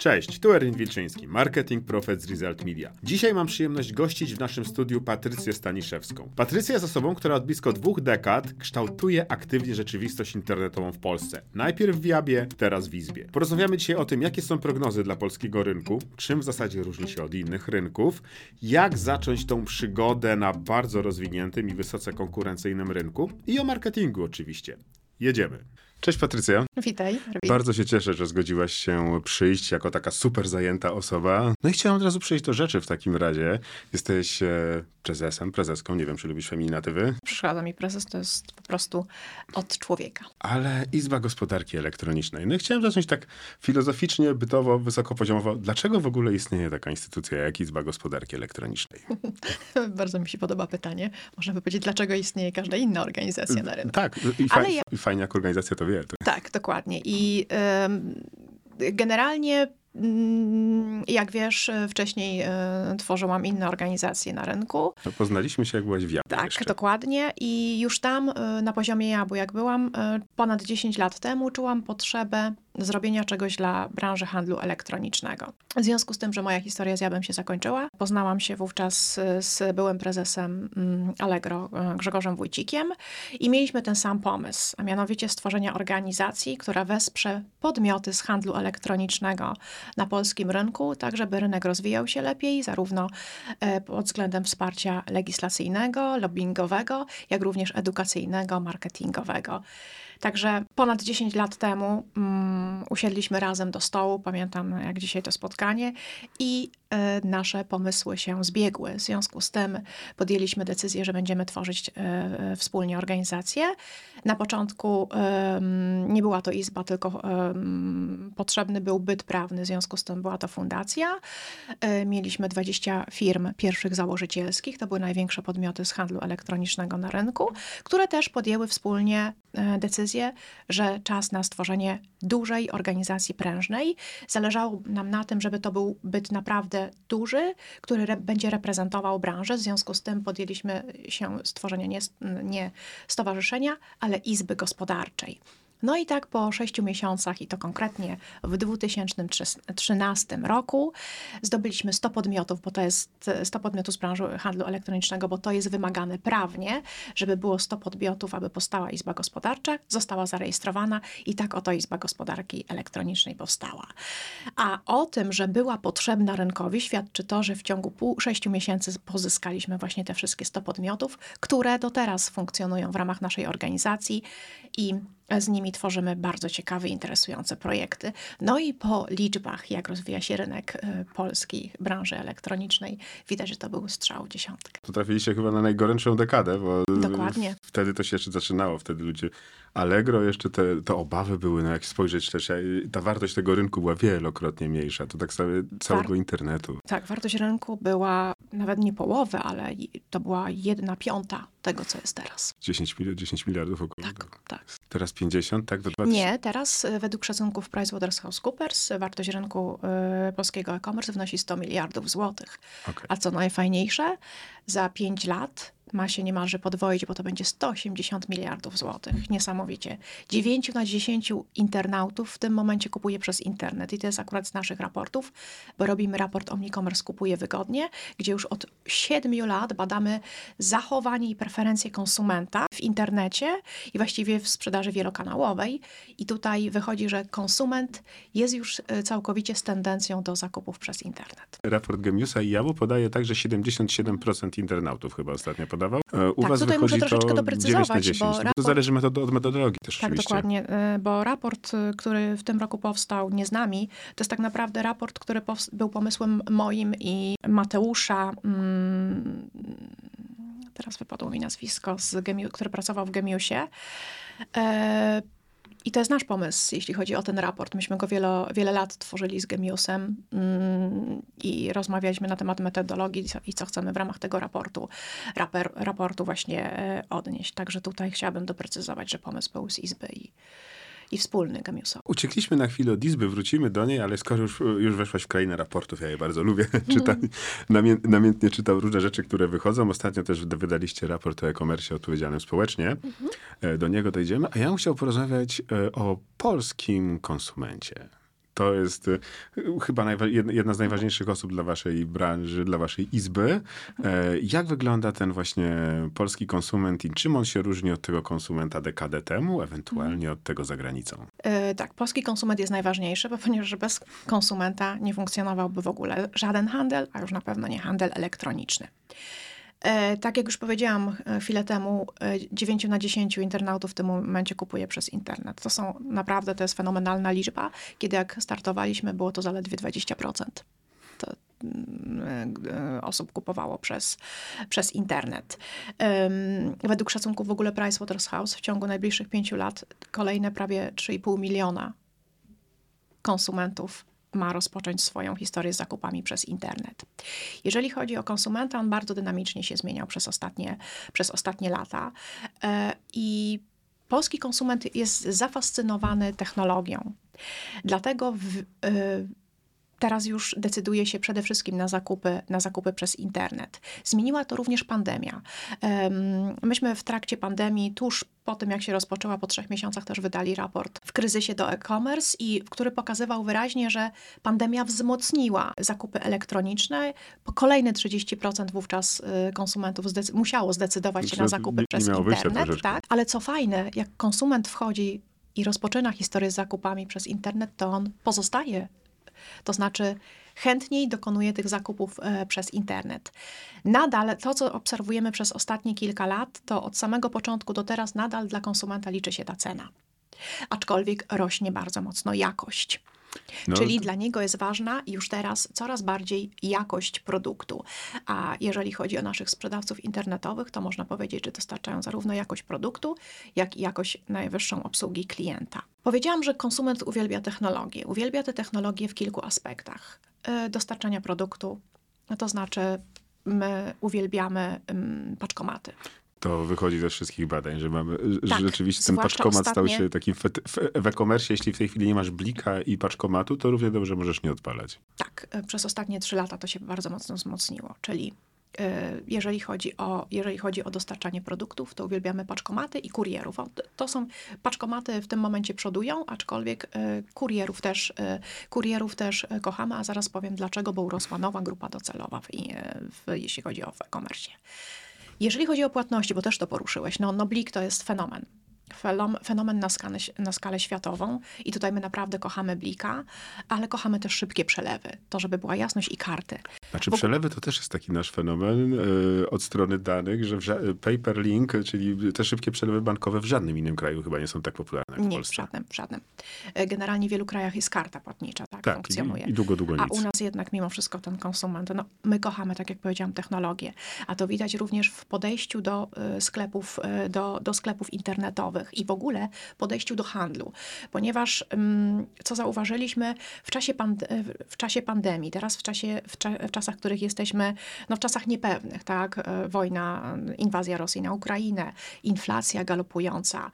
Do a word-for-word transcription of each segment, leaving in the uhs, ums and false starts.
Cześć, tu Erwin Wilczyński, Marketing Profits Result Media. Dzisiaj mam przyjemność gościć w naszym studiu Patrycję Staniszewską. Patrycja jest osobą, która od blisko dwóch dekad kształtuje aktywnie rzeczywistość internetową w Polsce. Najpierw w Jabie, teraz w Izbie. Porozmawiamy dzisiaj o tym, jakie są prognozy dla polskiego rynku, czym w zasadzie różni się od innych rynków, jak zacząć tą przygodę na bardzo rozwiniętym i wysoce konkurencyjnym rynku i o marketingu oczywiście. Jedziemy. Cześć Patrycja. Witaj. Erwin. Bardzo się cieszę, że zgodziłaś się przyjść jako taka super zajęta osoba. No i chciałem od razu przejść do rzeczy w takim razie. Jesteś e, prezesem, prezeską, nie wiem, czy lubisz feminatywy. Przeszkadza mi prezes, to jest po prostu od człowieka. Ale Izba Gospodarki Elektronicznej. No i chciałem zacząć tak filozoficznie, bytowo, wysokopoziomowo. Dlaczego w ogóle istnieje taka instytucja jak Izba Gospodarki Elektronicznej? Bardzo mi się podoba pytanie. Można by powiedzieć, dlaczego istnieje każda inna organizacja na rynku. Tak, i, faj, ja... i fajnie jak organizacja to wie. To... Tak, dokładnie. I ym, generalnie jak wiesz, wcześniej y, tworzyłam inne organizacje na rynku. No, poznaliśmy się, jak byłaś w Jabie. Tak, jeszcze. dokładnie. I już tam y, na poziomie Jabu, jak byłam, y, ponad dziesięć lat temu czułam potrzebę zrobienia czegoś dla branży handlu elektronicznego. W związku z tym, że moja historia z Jabem się zakończyła, poznałam się wówczas z byłym prezesem Allegro, Grzegorzem Wójcikiem i mieliśmy ten sam pomysł, a mianowicie stworzenia organizacji, która wesprze podmioty z handlu elektronicznego na polskim rynku, tak żeby rynek rozwijał się lepiej, zarówno pod względem wsparcia legislacyjnego, lobbyingowego, jak również edukacyjnego, marketingowego. Także ponad dziesięć lat temu um, usiedliśmy razem do stołu, pamiętam jak dzisiaj to spotkanie i y, nasze pomysły się zbiegły. W związku z tym podjęliśmy decyzję, że będziemy tworzyć y, y, wspólnie organizację. Na początku y, nie była to izba, tylko y, potrzebny był byt prawny, w związku z tym była to fundacja. Y, mieliśmy dwadzieścia firm pierwszych założycielskich, to były największe podmioty z handlu elektronicznego na rynku, które też podjęły wspólnie y, decyzję, że czas na stworzenie dużej organizacji prężnej. Zależało nam na tym, żeby to był byt naprawdę duży, który re- będzie reprezentował branżę. W związku z tym podjęliśmy się stworzenia nie, nie stowarzyszenia, ale izby gospodarczej. No i tak po sześciu miesiącach, i to konkretnie w dwa tysiące trzynastym roku, zdobyliśmy sto podmiotów, bo to jest sto podmiotów z branży handlu elektronicznego, bo to jest wymagane prawnie, żeby było sto podmiotów, aby powstała Izba Gospodarcza, została zarejestrowana i tak oto Izba Gospodarki Elektronicznej powstała. A o tym, że była potrzebna rynkowi, świadczy to, że w ciągu pół, sześciu miesięcy pozyskaliśmy właśnie te wszystkie sto podmiotów, które do teraz funkcjonują w ramach naszej organizacji i z nimi tworzymy bardzo ciekawe, interesujące projekty. No i po liczbach, jak rozwija się rynek y, polskiej branży elektronicznej, widać, że to był strzał w dziesiątkę. To trafiliście chyba na najgorętszą dekadę, bo Dokładnie. Wtedy to się jeszcze zaczynało. Wtedy ludzie Allegro, jeszcze te, te obawy były, no jak spojrzeć też, ta wartość tego rynku była wielokrotnie mniejsza. To tak sobie całego War- internetu. Tak, wartość rynku była nawet nie połowy, ale to była jedna piąta tego, co jest teraz. dziesięć miliardów około. Tak, tak. Teraz pięćdziesiąt, tak? Do dwa tysiące... Nie, teraz według szacunków PricewaterhouseCoopers wartość rynku y, polskiego e-commerce wynosi sto miliardów złotych. Okay. A co najfajniejsze, za pięć lat ma się niemalże podwoić, bo to będzie sto osiemdziesiąt miliardów złotych. Niesamowicie. dziewięć na dziesięć internautów w tym momencie kupuje przez internet. I to jest akurat z naszych raportów, bo robimy raport Omnicommerce kupuje wygodnie, gdzie już od siedmiu lat badamy zachowanie i preferencje konsumenta w internecie i właściwie w sprzedaży wielokanałowej. I tutaj wychodzi, że konsument jest już całkowicie z tendencją do zakupów przez internet. Raport Gemiusa i Jabu podaje tak, że siedemdziesiąt siedem procent internautów chyba ostatnio podawał. U tak, was tutaj wychodzi muszę troszeczkę to doprecyzować, bo raport... raport... To zależy metodo- od metodologii też Tak, oczywiście. dokładnie, bo raport, który w tym roku powstał nie z nami, to jest tak naprawdę raport, który pows- był pomysłem moim i Mateusza, mm, teraz wypadło mi nazwisko, z Gemiu- który pracował w Gemiusie. E- I to jest nasz pomysł, jeśli chodzi o ten raport. Myśmy go wiele, wiele lat tworzyli z Gemiusem mm, i rozmawialiśmy na temat metodologii co, i co chcemy w ramach tego raportu, raper, raportu właśnie e, odnieść. Także tutaj chciałabym doprecyzować, że pomysł był z Izby i, i wspólny Gemiusa. Uciekliśmy na chwilę od Izby, wrócimy do niej, ale skoro już, już weszłaś w krainę raportów, ja je bardzo lubię, czytam, namię, namiętnie czytam różne rzeczy, które wychodzą. Ostatnio też wydaliście raport o e-commerce odpowiedzialnym społecznie. Mhm. Do niego dojdziemy, a ja bym chciał porozmawiać o polskim konsumencie. To jest y, chyba najwa- jedna, jedna z najważniejszych osób dla waszej branży, dla waszej izby. E, jak wygląda ten właśnie polski konsument i czym on się różni od tego konsumenta dekadę temu, ewentualnie od tego za granicą? Yy, tak, polski konsument jest najważniejszy, bo ponieważ bez konsumenta nie funkcjonowałby w ogóle żaden handel, a już na pewno nie handel elektroniczny. E, tak jak już powiedziałam e, chwilę temu, e, dziewięć na dziesięć internautów w tym momencie kupuje przez internet. To są naprawdę, to jest fenomenalna liczba. Kiedy jak startowaliśmy, było to zaledwie dwadzieścia procent. To, mm, e, osób kupowało przez, przez internet. Ym, według szacunków w ogóle PricewaterhouseCoopers w ciągu najbliższych pięciu lat kolejne prawie trzy i pół miliona konsumentów ma rozpocząć swoją historię z zakupami przez internet. Jeżeli chodzi o konsumenta, on bardzo dynamicznie się zmieniał przez ostatnie, przez ostatnie lata e, i polski konsument jest zafascynowany technologią. Dlatego w, e, teraz już decyduje się przede wszystkim na zakupy, na zakupy przez internet. Zmieniła to również pandemia. Myśmy w trakcie pandemii, tuż po tym jak się rozpoczęła, po trzech miesiącach też wydali raport w kryzysie do e-commerce, i który pokazywał wyraźnie, że pandemia wzmocniła zakupy elektroniczne. Po kolejne trzydzieści procent wówczas konsumentów zdecy- musiało zdecydować się na zakupy nie, przez nie internet. Tak? Ale co fajne, jak konsument wchodzi i rozpoczyna historię z zakupami przez internet, to on pozostaje. To znaczy chętniej dokonuje tych zakupów e, przez internet. Nadal to, co obserwujemy przez ostatnie kilka lat, to od samego początku do teraz nadal dla konsumenta liczy się ta cena. Aczkolwiek rośnie bardzo mocno jakość. No. Czyli dla niego jest ważna już teraz coraz bardziej jakość produktu. A jeżeli chodzi o naszych sprzedawców internetowych, to można powiedzieć, że dostarczają zarówno jakość produktu, jak i jakość najwyższą obsługi klienta. Powiedziałam, że konsument uwielbia technologię. Uwielbia te technologie w kilku aspektach. Dostarczania produktu, to znaczy my uwielbiamy um, paczkomaty. To wychodzi ze wszystkich badań, że mamy, tak, że rzeczywiście ten paczkomat ostatnie... stał się takim w, w e-commerce. Jeśli w tej chwili nie masz blika i paczkomatu, to równie dobrze możesz nie odpalać. Tak, przez ostatnie trzy lata to się bardzo mocno wzmocniło, czyli jeżeli chodzi o, jeżeli chodzi o dostarczanie produktów, to uwielbiamy paczkomaty i kurierów. To są, paczkomaty w tym momencie przodują, aczkolwiek kurierów też, kurierów też kochamy, a zaraz powiem dlaczego, bo urosła nowa grupa docelowa, w, w, jeśli chodzi o e-commerce. Jeżeli chodzi o płatności, bo też to poruszyłeś, no, no Blik to jest fenomen. Fenomen na skalę, na skalę światową i tutaj my naprawdę kochamy Blika, ale kochamy też szybkie przelewy, to żeby była jasność i karty. Znaczy Bo... przelewy to też jest taki nasz fenomen yy, od strony danych, że ża- Paperlink, czyli te szybkie przelewy bankowe w żadnym innym kraju chyba nie są tak popularne jak w nie, Polsce. Nie, w żadnym, w żadnym. Generalnie w wielu krajach jest karta płatnicza, tak, tak funkcjonuje. I, i długo, długo nic. A u nas jednak mimo wszystko ten konsument, no my kochamy, tak jak powiedziałam, technologię, a to widać również w podejściu do y, sklepów, y, do, do sklepów internetowych i w ogóle podejściu do handlu, ponieważ ym, co zauważyliśmy w czasie, pand- w czasie pandemii, teraz w, czasie, w, cza- w czasach, w których jesteśmy, no w czasach niepewnych, tak, y, wojna, inwazja Rosji na Ukrainę, inflacja galopująca,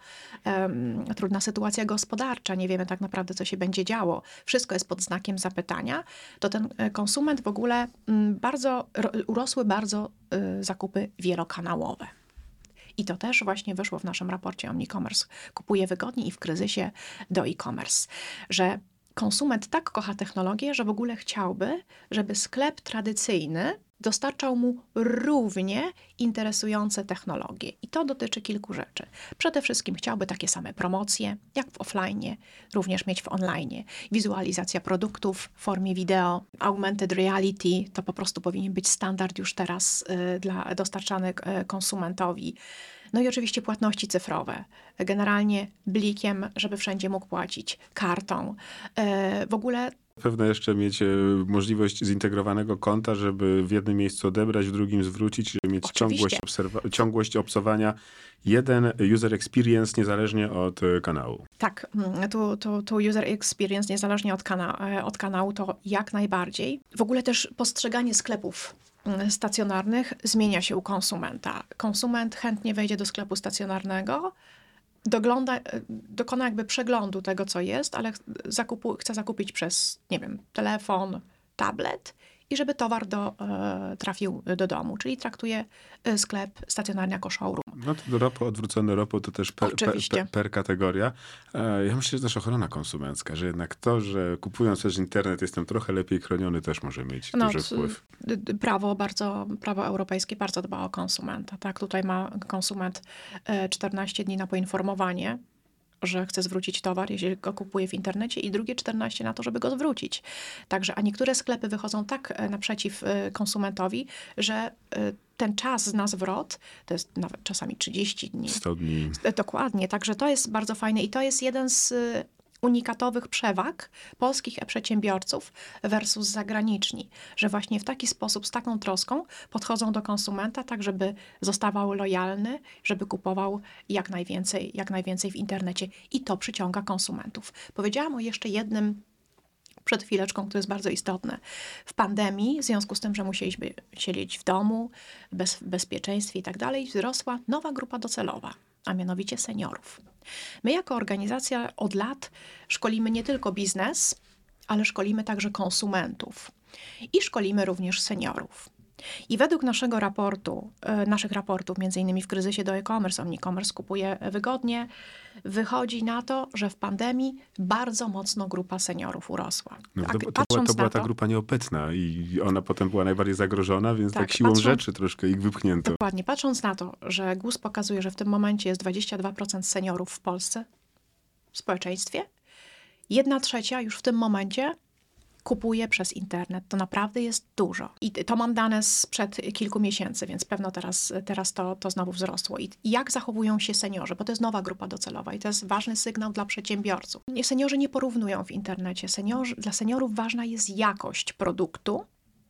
ym, trudna sytuacja gospodarcza, nie wiemy tak naprawdę, co się będzie działo, wszystko jest pod znakiem zapytania, to ten konsument w ogóle ym, bardzo, ro, urosły bardzo y, zakupy wielokanałowe. I to też właśnie wyszło w naszym raporcie Omnicommerce. Kupuje wygodniej i w kryzysie do e-commerce. Że konsument tak kocha technologię, że w ogóle chciałby, żeby sklep tradycyjny dostarczał mu równie interesujące technologie. I to dotyczy kilku rzeczy. Przede wszystkim chciałby takie same promocje, jak w offline, również mieć w online. Wizualizacja produktów w formie wideo, augmented reality, to po prostu powinien być standard już teraz y, dla dostarczany y, konsumentowi. No i oczywiście płatności cyfrowe. Generalnie blikiem, żeby wszędzie mógł płacić, kartą. Y, w ogóle Pewno jeszcze mieć e, możliwość zintegrowanego konta, żeby w jednym miejscu odebrać, w drugim zwrócić, żeby mieć ciągłość, obserwa- ciągłość obcowania. Jeden user experience niezależnie od e, kanału. Tak, tu, tu, tu user experience niezależnie od, kana- od kanału to jak najbardziej. W ogóle też postrzeganie sklepów stacjonarnych zmienia się u konsumenta. Konsument chętnie wejdzie do sklepu stacjonarnego, dogląda, dokona jakby przeglądu tego, co jest, ale zakupu, chce zakupić przez, nie wiem, telefon, tablet i żeby towar do, e, trafił do domu, czyli traktuje e, sklep stacjonarny jako showroom. No to do ropo, odwrócony ropo to też per, per, per, per kategoria. E, ja myślę, że też ochrona konsumencka, że jednak to, że kupując przez internet jestem trochę lepiej chroniony, też może mieć no, duży wpływ. Prawo bardzo, prawo europejskie bardzo dba o konsumenta. Tak, tutaj ma konsument czternaście dni na poinformowanie, że chce zwrócić towar, jeśli go kupuje w internecie, i drugie czternaście na to, żeby go zwrócić. Także, a niektóre sklepy wychodzą tak naprzeciw konsumentowi, że ten czas na zwrot to jest nawet czasami trzydzieści dni. sto dni. Dokładnie, także to jest bardzo fajne i to jest jeden z unikatowych przewag polskich e-przedsiębiorców versus zagraniczni, że właśnie w taki sposób, z taką troską podchodzą do konsumenta, tak żeby zostawał lojalny, żeby kupował jak najwięcej, jak najwięcej w internecie, i to przyciąga konsumentów. Powiedziałam o jeszcze jednym przed chwileczką, które jest bardzo istotne. W pandemii, w związku z tym, że musieliśmy siedzieć w domu, bez, w bezpieczeństwie i tak dalej, wzrosła nowa grupa docelowa, a mianowicie seniorów. My jako organizacja od lat szkolimy nie tylko biznes, ale szkolimy także konsumentów i szkolimy również seniorów. I według naszego raportu, naszych raportów, między innymi w kryzysie do e-commerce, Omnicommerce kupuje wygodnie, wychodzi na to, że w pandemii bardzo mocno grupa seniorów urosła. No, A, to, to, była, to była ta grupa nieobecna i ona potem była najbardziej zagrożona, więc tak, tak siłą patrząc, rzeczy troszkę ich wypchnięto. Dokładnie. Patrząc na to, że G U S pokazuje, że w tym momencie jest dwadzieścia dwa procent seniorów w Polsce, w społeczeństwie, jedna trzecia już w tym momencie kupuje przez internet. To naprawdę jest dużo. I to mam dane sprzed kilku miesięcy, więc pewno teraz, teraz to, to znowu wzrosło. I jak zachowują się seniorzy? Bo to jest nowa grupa docelowa i to jest ważny sygnał dla przedsiębiorców. Seniorzy nie porównują w internecie. Seniorzy, dla seniorów ważna jest jakość produktu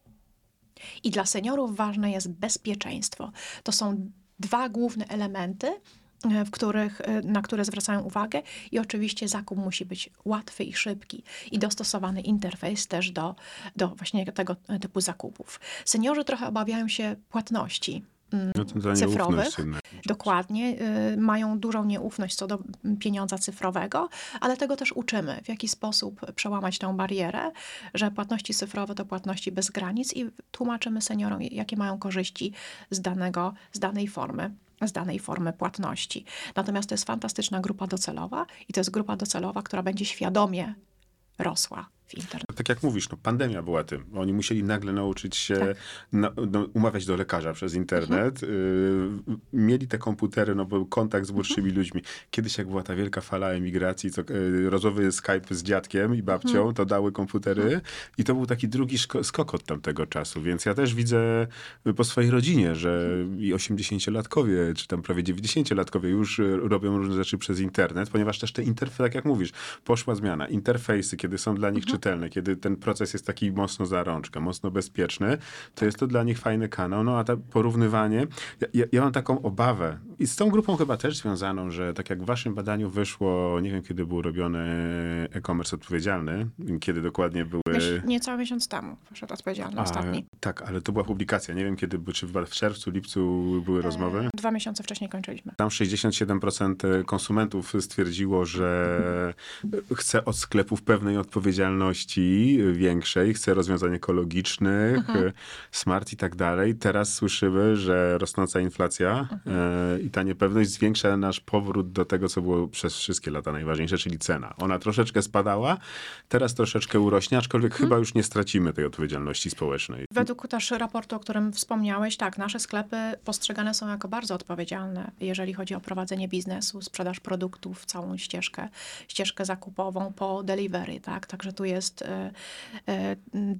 i dla seniorów ważne jest bezpieczeństwo. To są dwa główne elementy, w których, na które zwracają uwagę, i oczywiście zakup musi być łatwy i szybki i dostosowany interfejs też do, do właśnie tego typu zakupów. Seniorzy trochę obawiają się płatności no cyfrowych. Dokładnie. Y, mają dużą nieufność co do pieniądza cyfrowego, ale tego też uczymy, w jaki sposób przełamać tę barierę, że płatności cyfrowe to płatności bez granic, i tłumaczymy seniorom, jakie mają korzyści z, danego, z danej formy. z danej formy płatności. Natomiast to jest fantastyczna grupa docelowa i to jest grupa docelowa, która będzie świadomie rosła w internecie. Tak jak mówisz, no, pandemia była tym. Oni musieli nagle nauczyć się tak. na, no, umawiać do lekarza przez internet. Mhm. Y, mieli te komputery, no bo kontakt z młodszymi mhm. ludźmi. Kiedyś jak była ta wielka fala emigracji, co, y, rozmowy Skype z dziadkiem i babcią, mhm. to dały komputery mhm. i to był taki drugi szko- skok od tamtego czasu. Więc ja też widzę po swojej rodzinie, że i osiemdziesięciolatkowie, czy tam prawie dziewięćdziesięciolatkowie już robią różne rzeczy przez internet, ponieważ też te interfejsy, tak jak mówisz, poszła zmiana. Interfejsy, kiedy są dla nich mhm. czytelne, kiedy ten proces jest taki mocno za rączkę, mocno bezpieczny, to jest to dla nich fajny kanał. No a to porównywanie, ja, ja, ja mam taką obawę i z tą grupą chyba też związaną, że tak jak w waszym badaniu wyszło, nie wiem kiedy był robiony e-commerce odpowiedzialny, kiedy dokładnie były... Myś, niecały miesiąc temu wyszedł odpowiedzialny, a, ostatni. Tak, ale to była publikacja. Nie wiem kiedy, czy w czerwcu, lipcu były rozmowy. E, dwa miesiące wcześniej kończyliśmy. Tam sześćdziesiąt siedem procent konsumentów stwierdziło, że chce od sklepów pewnej odpowiedzialności większej, chce rozwiązań ekologicznych, mhm. smart i tak dalej. Teraz słyszymy, że rosnąca inflacja mhm. e, i ta niepewność zwiększa nasz powrót do tego, co było przez wszystkie lata najważniejsze, czyli cena. Ona troszeczkę spadała, teraz troszeczkę urośnie, aczkolwiek mhm. chyba już nie stracimy tej odpowiedzialności społecznej. Według też raportu, o którym wspomniałeś, tak, nasze sklepy postrzegane są jako bardzo odpowiedzialne, jeżeli chodzi o prowadzenie biznesu, sprzedaż produktów, całą ścieżkę, ścieżkę zakupową po delivery, tak, także tu jest, e, e,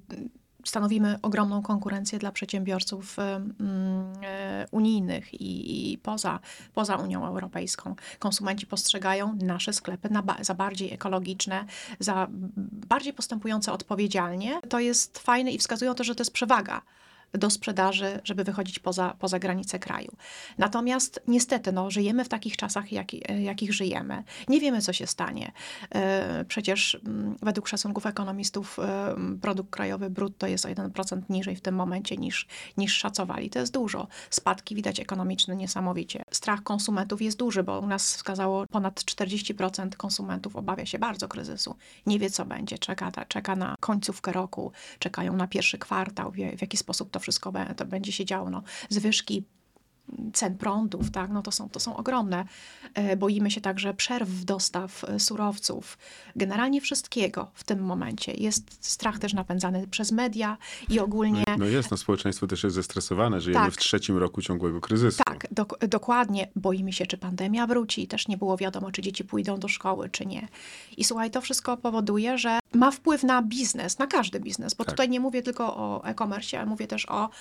stanowimy ogromną konkurencję dla przedsiębiorców e, unijnych i, i poza, poza Unią Europejską. Konsumenci postrzegają nasze sklepy na, za bardziej ekologiczne, za bardziej postępujące odpowiedzialnie. To jest fajne i wskazują to, że to jest przewaga do sprzedaży, żeby wychodzić poza, poza granice kraju. Natomiast niestety no, żyjemy w takich czasach, jak, jakich żyjemy. Nie wiemy, co się stanie. Przecież według szacunków ekonomistów produkt krajowy brutto jest o jeden procent niżej w tym momencie niż, niż szacowali. To jest dużo. Spadki widać ekonomiczne niesamowicie. Strach konsumentów jest duży, bo u nas wskazało ponad czterdzieści procent konsumentów obawia się bardzo kryzysu. Nie wie, co będzie. Czeka, czeka na końcówkę roku, czekają na pierwszy kwartał, wie, w jaki sposób to wszystko be, to będzie się działo. No, zwyżki cen prądów, tak, no to są, to są ogromne. Boimy się także przerw w dostaw surowców, generalnie wszystkiego w tym momencie. Jest strach też napędzany przez media i ogólnie... No, no jest, no społeczeństwo też jest zestresowane, żyjemy tak, w trzecim roku ciągłego kryzysu. Tak, do, dokładnie. Boimy się, czy pandemia wróci. Też nie było wiadomo, czy dzieci pójdą do szkoły, czy nie. I słuchaj, to wszystko powoduje, że ma wpływ na biznes, na każdy biznes, bo tak. Tutaj nie mówię tylko o e-commerce, ale mówię też o,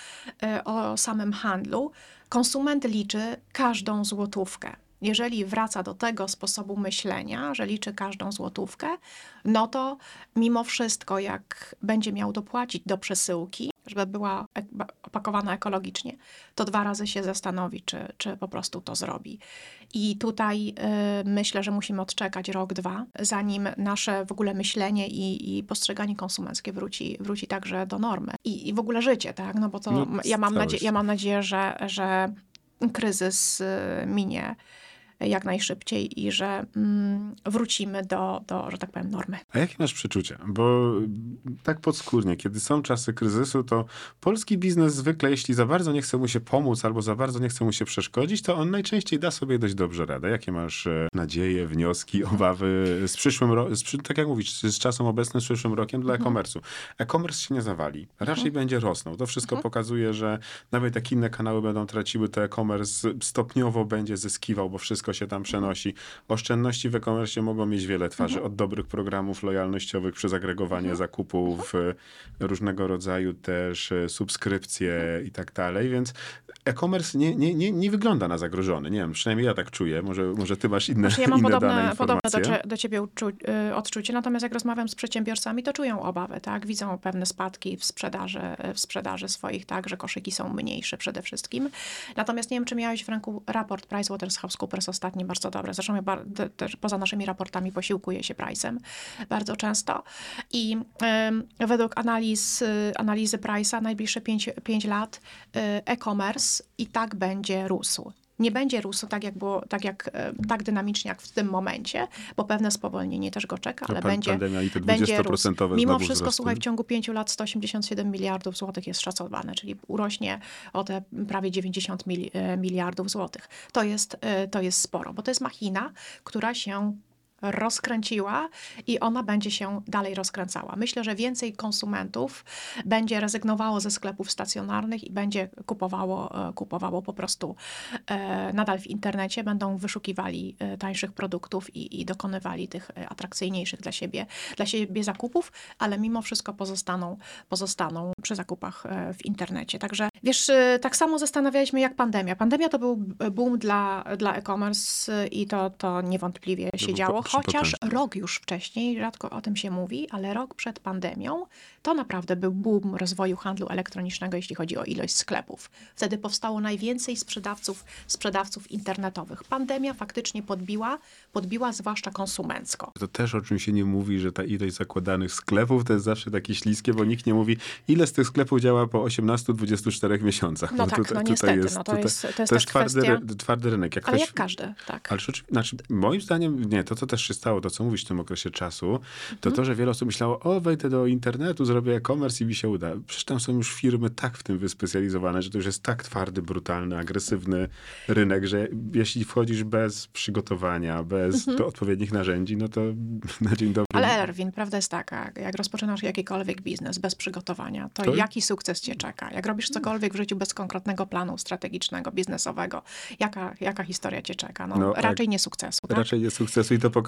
o samym handlu. Konsument liczy każdą złotówkę. Jeżeli wraca do tego sposobu myślenia, że liczy każdą złotówkę, no to mimo wszystko, jak będzie miał dopłacić do przesyłki, żeby była opakowana ekologicznie, to dwa razy się zastanowi, czy, czy po prostu to zrobi. I tutaj y, myślę, że musimy odczekać rok, dwa, zanim nasze w ogóle myślenie i, i postrzeganie konsumenckie wróci, wróci także do normy. I, i w ogóle życie, tak? No bo to no, ja, mam nadzie- ja mam nadzieję, że, że kryzys y, minie jak najszybciej i że mm, wrócimy do, do, że tak powiem, normy. A jakie masz przeczucia? Bo tak podskórnie, kiedy są czasy kryzysu, to polski biznes zwykle, jeśli za bardzo nie chce mu się pomóc albo za bardzo nie chce mu się przeszkodzić, to on najczęściej da sobie dość dobrze radę. Jakie masz e, nadzieje, wnioski, obawy z przyszłym rokiem, tak jak mówisz, z czasem obecnym, z przyszłym rokiem dla Mhm. e-commerce'u? E-commerce się nie zawali. Raczej Mhm. będzie rosnął. To wszystko Mhm. pokazuje, że nawet jak inne kanały będą traciły, to e-commerce stopniowo będzie zyskiwał, bo wszystko się tam przenosi. Oszczędności w e-commerce mogą mieć wiele twarzy. Mhm. Od dobrych programów lojalnościowych przez agregowanie Mhm. zakupów, Mhm. różnego rodzaju też subskrypcje i tak dalej, więc e-commerce nie, nie, nie, nie wygląda na zagrożony. Nie wiem, przynajmniej ja tak czuję. Może, może ty masz inne, znaczy ja mam inne podobne, dane podobne informacje. do, do ciebie uczu, y, odczucie, natomiast jak rozmawiam z przedsiębiorcami, to czują obawy, tak? Widzą pewne spadki w sprzedaży, w sprzedaży swoich, tak? Że koszyki są mniejsze przede wszystkim. Natomiast nie wiem, czy miałeś w ręku raport PricewaterhouseCoopers ostatni, bardzo dobry. Zresztą ja bar- te, te, poza naszymi raportami posiłkuję się Price'em bardzo często. I y, według analiz, y, analizy Price'a najbliższe pięć lat y, e-commerce i tak będzie rósł. Nie będzie rósł tak, jak było, tak, jak, tak dynamicznie jak w tym momencie, bo pewne spowolnienie też go czeka, ale pan, będzie, pandemia i te będzie rósł. Mimo wszystko, wzrosty. słuchaj, w ciągu pięciu lat sto osiemdziesiąt siedem miliardów złotych jest szacowane, czyli urośnie o te prawie dziewięćdziesiąt miliardów złotych. To jest, to jest sporo, bo to jest machina, która się rozkręciła i ona będzie się dalej rozkręcała. Myślę, że więcej konsumentów będzie rezygnowało ze sklepów stacjonarnych i będzie kupowało, kupowało po prostu e, nadal w internecie, będą wyszukiwali e, tańszych produktów i, i dokonywali tych atrakcyjniejszych dla siebie, dla siebie zakupów, ale mimo wszystko pozostaną, pozostaną przy zakupach e, w internecie. Także wiesz, e, tak samo zastanawialiśmy jak pandemia. Pandemia to był boom dla, dla e-commerce i to, to niewątpliwie się działo. Chociaż rok już wcześniej, rzadko o tym się mówi, ale rok przed pandemią to naprawdę był boom rozwoju handlu elektronicznego, jeśli chodzi o ilość sklepów. Wtedy powstało najwięcej sprzedawców, sprzedawców internetowych. Pandemia faktycznie podbiła, podbiła zwłaszcza konsumencko. To też o czym się nie mówi, że ta ilość zakładanych sklepów to jest zawsze takie śliskie, bo nikt nie mówi, ile z tych sklepów działa po osiemnastu do dwudziestu czterech miesiącach. No, no tak, tutaj, no niestety, jest, no to, tutaj, jest, to jest, to jest twardy, kwestia... twardy rynek. Jak ale ktoś, jak każdy, tak. Ale znaczy, moim zdaniem, nie, to co też się stało, to co mówisz w tym okresie czasu, to to, że wiele osób myślało, o wejdę do internetu, zrobię e-commerce i mi się uda. Przecież tam są już firmy tak w tym wyspecjalizowane, że to już jest tak twardy, brutalny, agresywny rynek, że jeśli wchodzisz bez przygotowania, bez mhm. do odpowiednich narzędzi, no to na dzień dobry. Ale Erwin, prawda jest taka, jak rozpoczynasz jakikolwiek biznes bez przygotowania, to, to jaki sukces cię czeka? Jak robisz cokolwiek w życiu bez konkretnego planu strategicznego, biznesowego, jaka, jaka historia cię czeka? No, no raczej nie sukcesu. Tak? Raczej nie sukcesu i to pokazuje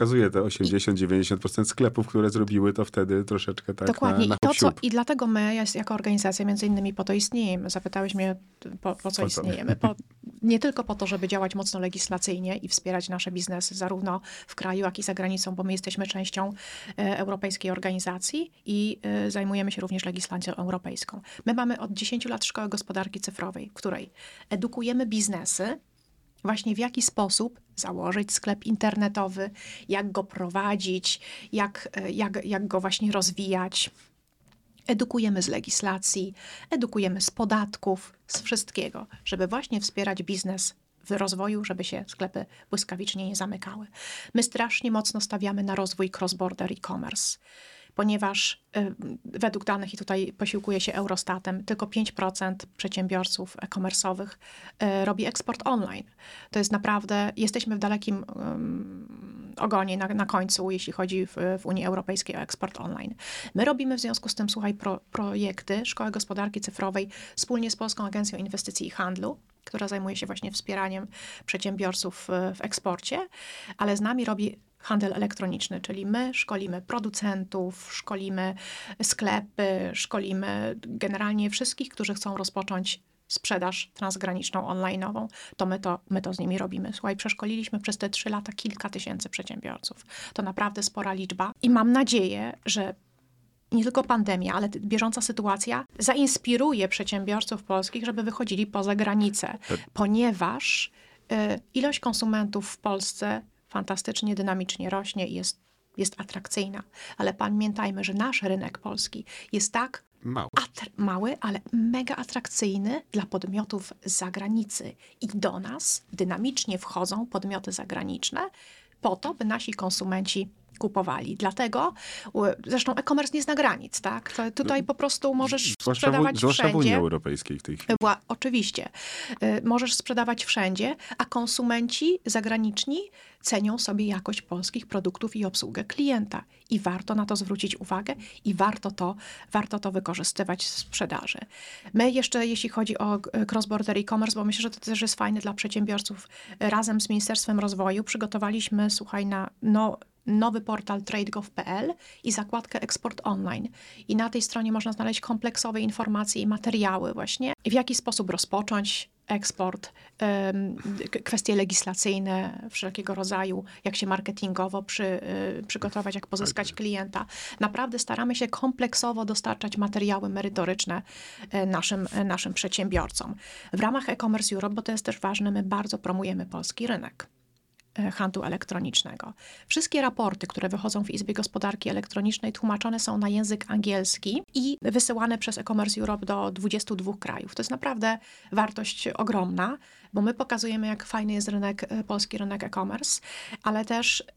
pokazuje te osiemdziesiąt do dziewięćdziesięciu procent sklepów, które zrobiły to wtedy troszeczkę tak Dokładnie. na, na I, to, co, hop-siup. I dlatego my, jest, jako organizacja, między innymi po to istniejemy. Zapytałeś mnie, po, po co Po co? istniejemy. Po, nie tylko po to, żeby działać mocno legislacyjnie i wspierać nasze biznesy, zarówno w kraju, jak i za granicą, bo my jesteśmy częścią e, europejskiej organizacji i e, zajmujemy się również legislacją europejską. My mamy od dziesięciu lat Szkołę Gospodarki Cyfrowej, w której edukujemy biznesy, właśnie w jaki sposób założyć sklep internetowy, jak go prowadzić, jak, jak, jak go właśnie rozwijać. Edukujemy z legislacji, edukujemy z podatków, z wszystkiego, żeby właśnie wspierać biznes w rozwoju, żeby się sklepy błyskawicznie nie zamykały. My strasznie mocno stawiamy na rozwój cross-border e-commerce, ponieważ y, według danych, i tutaj posiłkuję się Eurostatem, tylko pięć procent przedsiębiorców e-commerce'owych y, robi eksport online. To jest naprawdę, jesteśmy w dalekim y, ogonie na, na końcu, jeśli chodzi w, w Unii Europejskiej o eksport online. My robimy w związku z tym, słuchaj, pro, projekty Szkoły Gospodarki Cyfrowej wspólnie z Polską Agencją Inwestycji i Handlu, która zajmuje się właśnie wspieraniem przedsiębiorców w, w eksporcie, ale z nami robi handel elektroniczny, czyli my szkolimy producentów, szkolimy sklepy, szkolimy generalnie wszystkich, którzy chcą rozpocząć sprzedaż transgraniczną, online'ową, to my to, my to z nimi robimy. Słuchaj, przeszkoliliśmy przez te trzy lata kilka tysięcy przedsiębiorców. To naprawdę spora liczba i mam nadzieję, że nie tylko pandemia, ale bieżąca sytuacja zainspiruje przedsiębiorców polskich, żeby wychodzili poza granicę, ponieważ y, ilość konsumentów w Polsce fantastycznie, dynamicznie rośnie i jest, jest atrakcyjna. Ale pamiętajmy, że nasz rynek polski jest tak Mały. Atr- mały, ale mega atrakcyjny dla podmiotów z zagranicy. I do nas dynamicznie wchodzą podmioty zagraniczne po to, by nasi konsumenci kupowali. Dlatego, zresztą e-commerce nie zna granic, tak? To tutaj po prostu możesz Zwłaszcza sprzedawać w, zwłaszcza w Unii wszędzie. Europejskiej w tej chwili. Była, oczywiście. Y, możesz sprzedawać wszędzie, a konsumenci zagraniczni cenią sobie jakość polskich produktów i obsługę klienta. I warto na to zwrócić uwagę i warto to, warto to wykorzystywać w sprzedaży. My jeszcze, jeśli chodzi o cross-border e-commerce, bo myślę, że to też jest fajne dla przedsiębiorców, razem z Ministerstwem Rozwoju przygotowaliśmy, słuchaj, na no, nowy portal trade kropka gov kropka p l i zakładkę eksport online. I na tej stronie można znaleźć kompleksowe informacje i materiały właśnie, w jaki sposób rozpocząć eksport, um, kwestie legislacyjne wszelkiego rodzaju, jak się marketingowo przy, y, przygotować, jak pozyskać klienta. Naprawdę staramy się kompleksowo dostarczać materiały merytoryczne y, naszym, y, naszym przedsiębiorcom. W ramach e-commerce Europe, bo to jest też ważne, my bardzo promujemy polski rynek handlu elektronicznego. Wszystkie raporty, które wychodzą w Izbie Gospodarki Elektronicznej, tłumaczone są na język angielski i wysyłane przez e-commerce Europe do dwudziestu dwóch krajów. To jest naprawdę wartość ogromna, bo my pokazujemy, jak fajny jest rynek, polski rynek e-commerce, ale też y,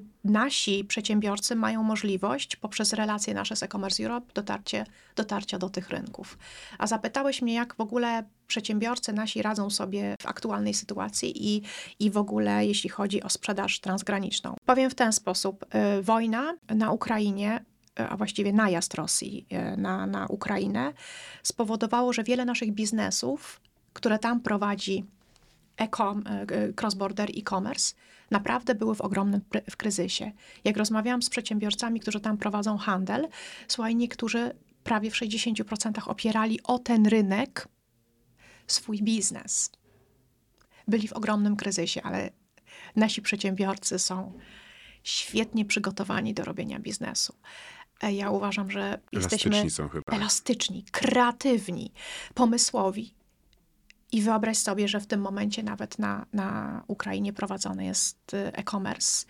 nasi przedsiębiorcy mają możliwość poprzez relacje nasze z e-commerce Europe dotarcie, dotarcia do tych rynków. A zapytałeś mnie, jak w ogóle przedsiębiorcy nasi radzą sobie w aktualnej sytuacji i, i w ogóle jeśli chodzi o sprzedaż transgraniczną. Powiem w ten sposób. Y, wojna na Ukrainie, a właściwie najazd Rosji na, na Ukrainę, spowodowało, że wiele naszych biznesów, które tam prowadzi e-com, cross-border e-commerce, naprawdę były w ogromnym w kryzysie. Jak rozmawiałam z przedsiębiorcami, którzy tam prowadzą handel, słuchaj, niektórzy prawie w sześćdziesięciu procentach opierali o ten rynek swój biznes. Byli w ogromnym kryzysie, ale nasi przedsiębiorcy są świetnie przygotowani do robienia biznesu. Ja uważam, że jesteśmy Elastyczni są chyba. elastyczni, kreatywni, pomysłowi. I wyobraź sobie, że w tym momencie nawet na, na Ukrainie prowadzony jest e-commerce,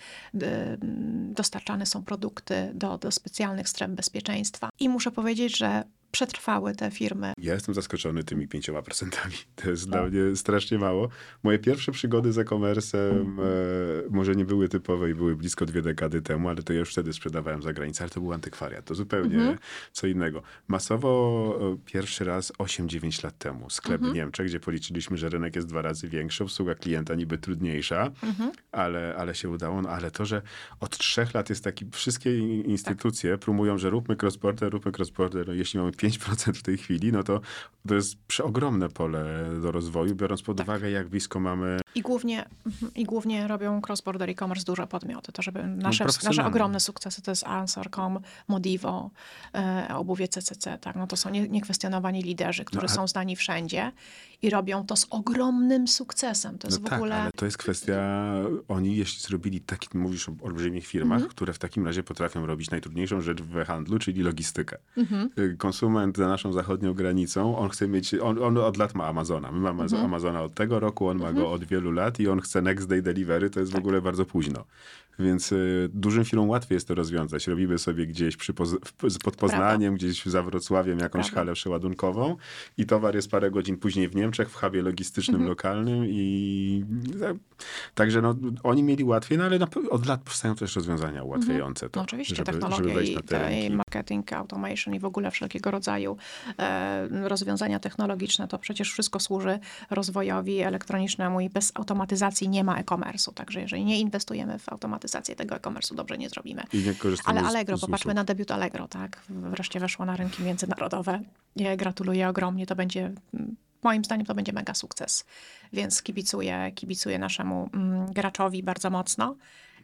dostarczane są produkty do, do specjalnych stref bezpieczeństwa. I muszę powiedzieć, że przetrwały te firmy. Ja jestem zaskoczony tymi pięcioma procentami. To jest dla mnie strasznie mało. Moje pierwsze przygody z e-commerce'em e, może nie były typowe i były blisko dwie dekady temu, ale to ja już wtedy sprzedawałem za granicę, ale to był antykwariat. To zupełnie mhm. co innego. Masowo e, pierwszy raz osiem dziewięć lat temu. Sklep mhm. w Niemczech, gdzie policzyliśmy, że rynek jest dwa razy większy, obsługa klienta niby trudniejsza, mhm. ale, ale się udało. No, ale to, że od trzech lat jest taki, wszystkie instytucje tak. promują, że róbmy cross-border, róbmy cross-border. No, jeśli mamy pięć procent w tej chwili, no to to jest przeogromne pole do rozwoju, biorąc pod Tak. uwagę, jak blisko mamy... I głównie, i głównie robią cross-border e-commerce duże podmioty. To żeby nasze, nasze profesjonalne. ogromne sukcesy to jest Answer kropka com, Modivo, e, obuwie C C C. Tak? No to są nie, niekwestionowani liderzy, którzy No, a- są znani wszędzie i robią to z ogromnym sukcesem. To jest No w tak, ogóle... ale to jest kwestia, oni jeśli zrobili taki, mówisz o olbrzymich firmach, Mhm. które w takim razie potrafią robić najtrudniejszą rzecz w handlu, czyli logistykę. Mhm. Y, Konsument za naszą zachodnią granicą, on chce mieć, on, on od lat ma Amazona. My mamy Mhm. Amazona od tego roku, on ma go od wielu lat i on chce next day delivery, to jest w Tak. ogóle bardzo późno. Więc y, dużym firmom łatwiej jest to rozwiązać. Robimy sobie gdzieś przy Poz- w- pod Poznaniem, gdzieś za Wrocławiem jakąś Prawda. halę przeładunkową i towar jest parę godzin później w Niemczech, w hubie logistycznym Mhm. lokalnym i także no, oni mieli łatwiej, no ale na, od lat powstają też rozwiązania ułatwiające to, No oczywiście, żeby, technologia żeby wejść i, na te te, i rynki. marketing, automation i w ogóle wszelkiego rodzaju e, rozwiązania technologiczne, to przecież wszystko służy rozwojowi elektronicznemu i bez automatyzacji nie ma e-commerce'u. Także jeżeli nie inwestujemy w automatyzację tego e-commerce'u, dobrze nie zrobimy. I nie korzystamy Ale z- Allegro, z popatrzmy usług. na debiut Allegro, tak? Wreszcie weszło na rynki międzynarodowe. Ja gratuluję ogromnie, to będzie... Moim zdaniem to będzie mega sukces, więc kibicuję, kibicuję naszemu mm, graczowi bardzo mocno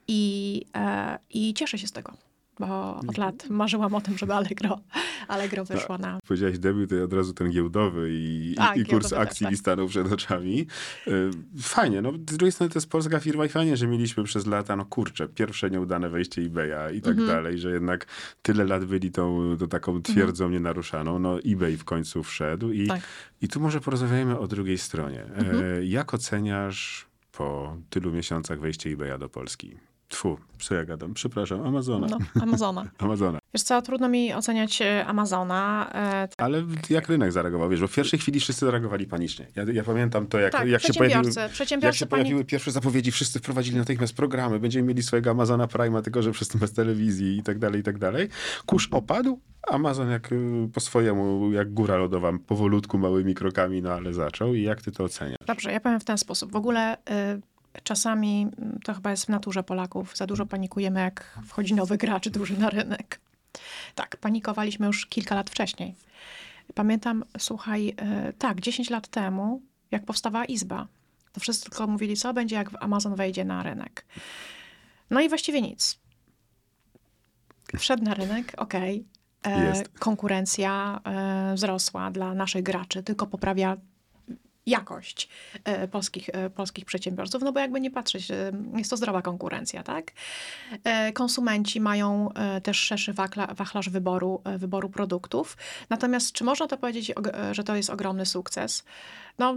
i, e, i cieszę się z tego, bo od lat marzyłam o tym, żeby Allegro, Allegro wyszło na... Powiedziałeś debiut, to od razu ten giełdowy i, Tak, i, i kurs giełdowy też, akcji tak. mi stanął przed oczami. Y, Fajnie, no z drugiej strony to jest polska firma i fajnie, że mieliśmy przez lata, no kurczę, pierwsze nieudane wejście eBaya i tak Mhm. dalej, że jednak tyle lat byli tą, tą taką twierdzą nienaruszaną. No eBay w końcu wszedł i, Tak. i tu może porozmawiajmy o drugiej stronie. Mhm. E, jak oceniasz po tylu miesiącach wejście eBaya do Polski? Tfu, co ja gadam? Przepraszam, Amazona. No, Amazona. Amazona. Wiesz co, trudno mi oceniać e, Amazona. E, Ale jak rynek zareagował? Wiesz, bo w pierwszej chwili wszyscy zareagowali panicznie. Ja, ja pamiętam to, jak, tak, jak się pojawiły, przedsiębiorcy, przedsiębiorcy jak się pani... pojawiły pierwsze zapowiedzi, wszyscy wprowadzili natychmiast programy, będziemy mieli swojego Amazona Prime'a, tylko że przez to bez telewizji i tak dalej, i tak dalej. Kurz opadł, Amazon jak y, po swojemu, jak góra lodowa, powolutku, małymi krokami, no ale zaczął. I jak ty to oceniasz? Dobrze, ja powiem w ten sposób. W ogóle y, czasami y, to chyba jest w naturze Polaków. Za dużo panikujemy, jak wchodzi nowy gracz duży na rynek. Tak, panikowaliśmy już kilka lat wcześniej. Pamiętam, słuchaj, y, tak, dziesięć lat temu, jak powstawała Izba, to wszyscy tylko mówili, co będzie, jak Amazon wejdzie na rynek. No i właściwie nic. Wszedł na rynek, okej. E, Jest. Konkurencja e, wzrosła dla naszych graczy, tylko poprawia jakość e, polskich, e, polskich przedsiębiorców, no bo jakby nie patrzeć, e, jest to zdrowa konkurencja, tak? E, konsumenci mają e, też szerszy wachla, wachlarz wyboru, e, wyboru produktów. Natomiast czy można to powiedzieć, og- e, że to jest ogromny sukces? No,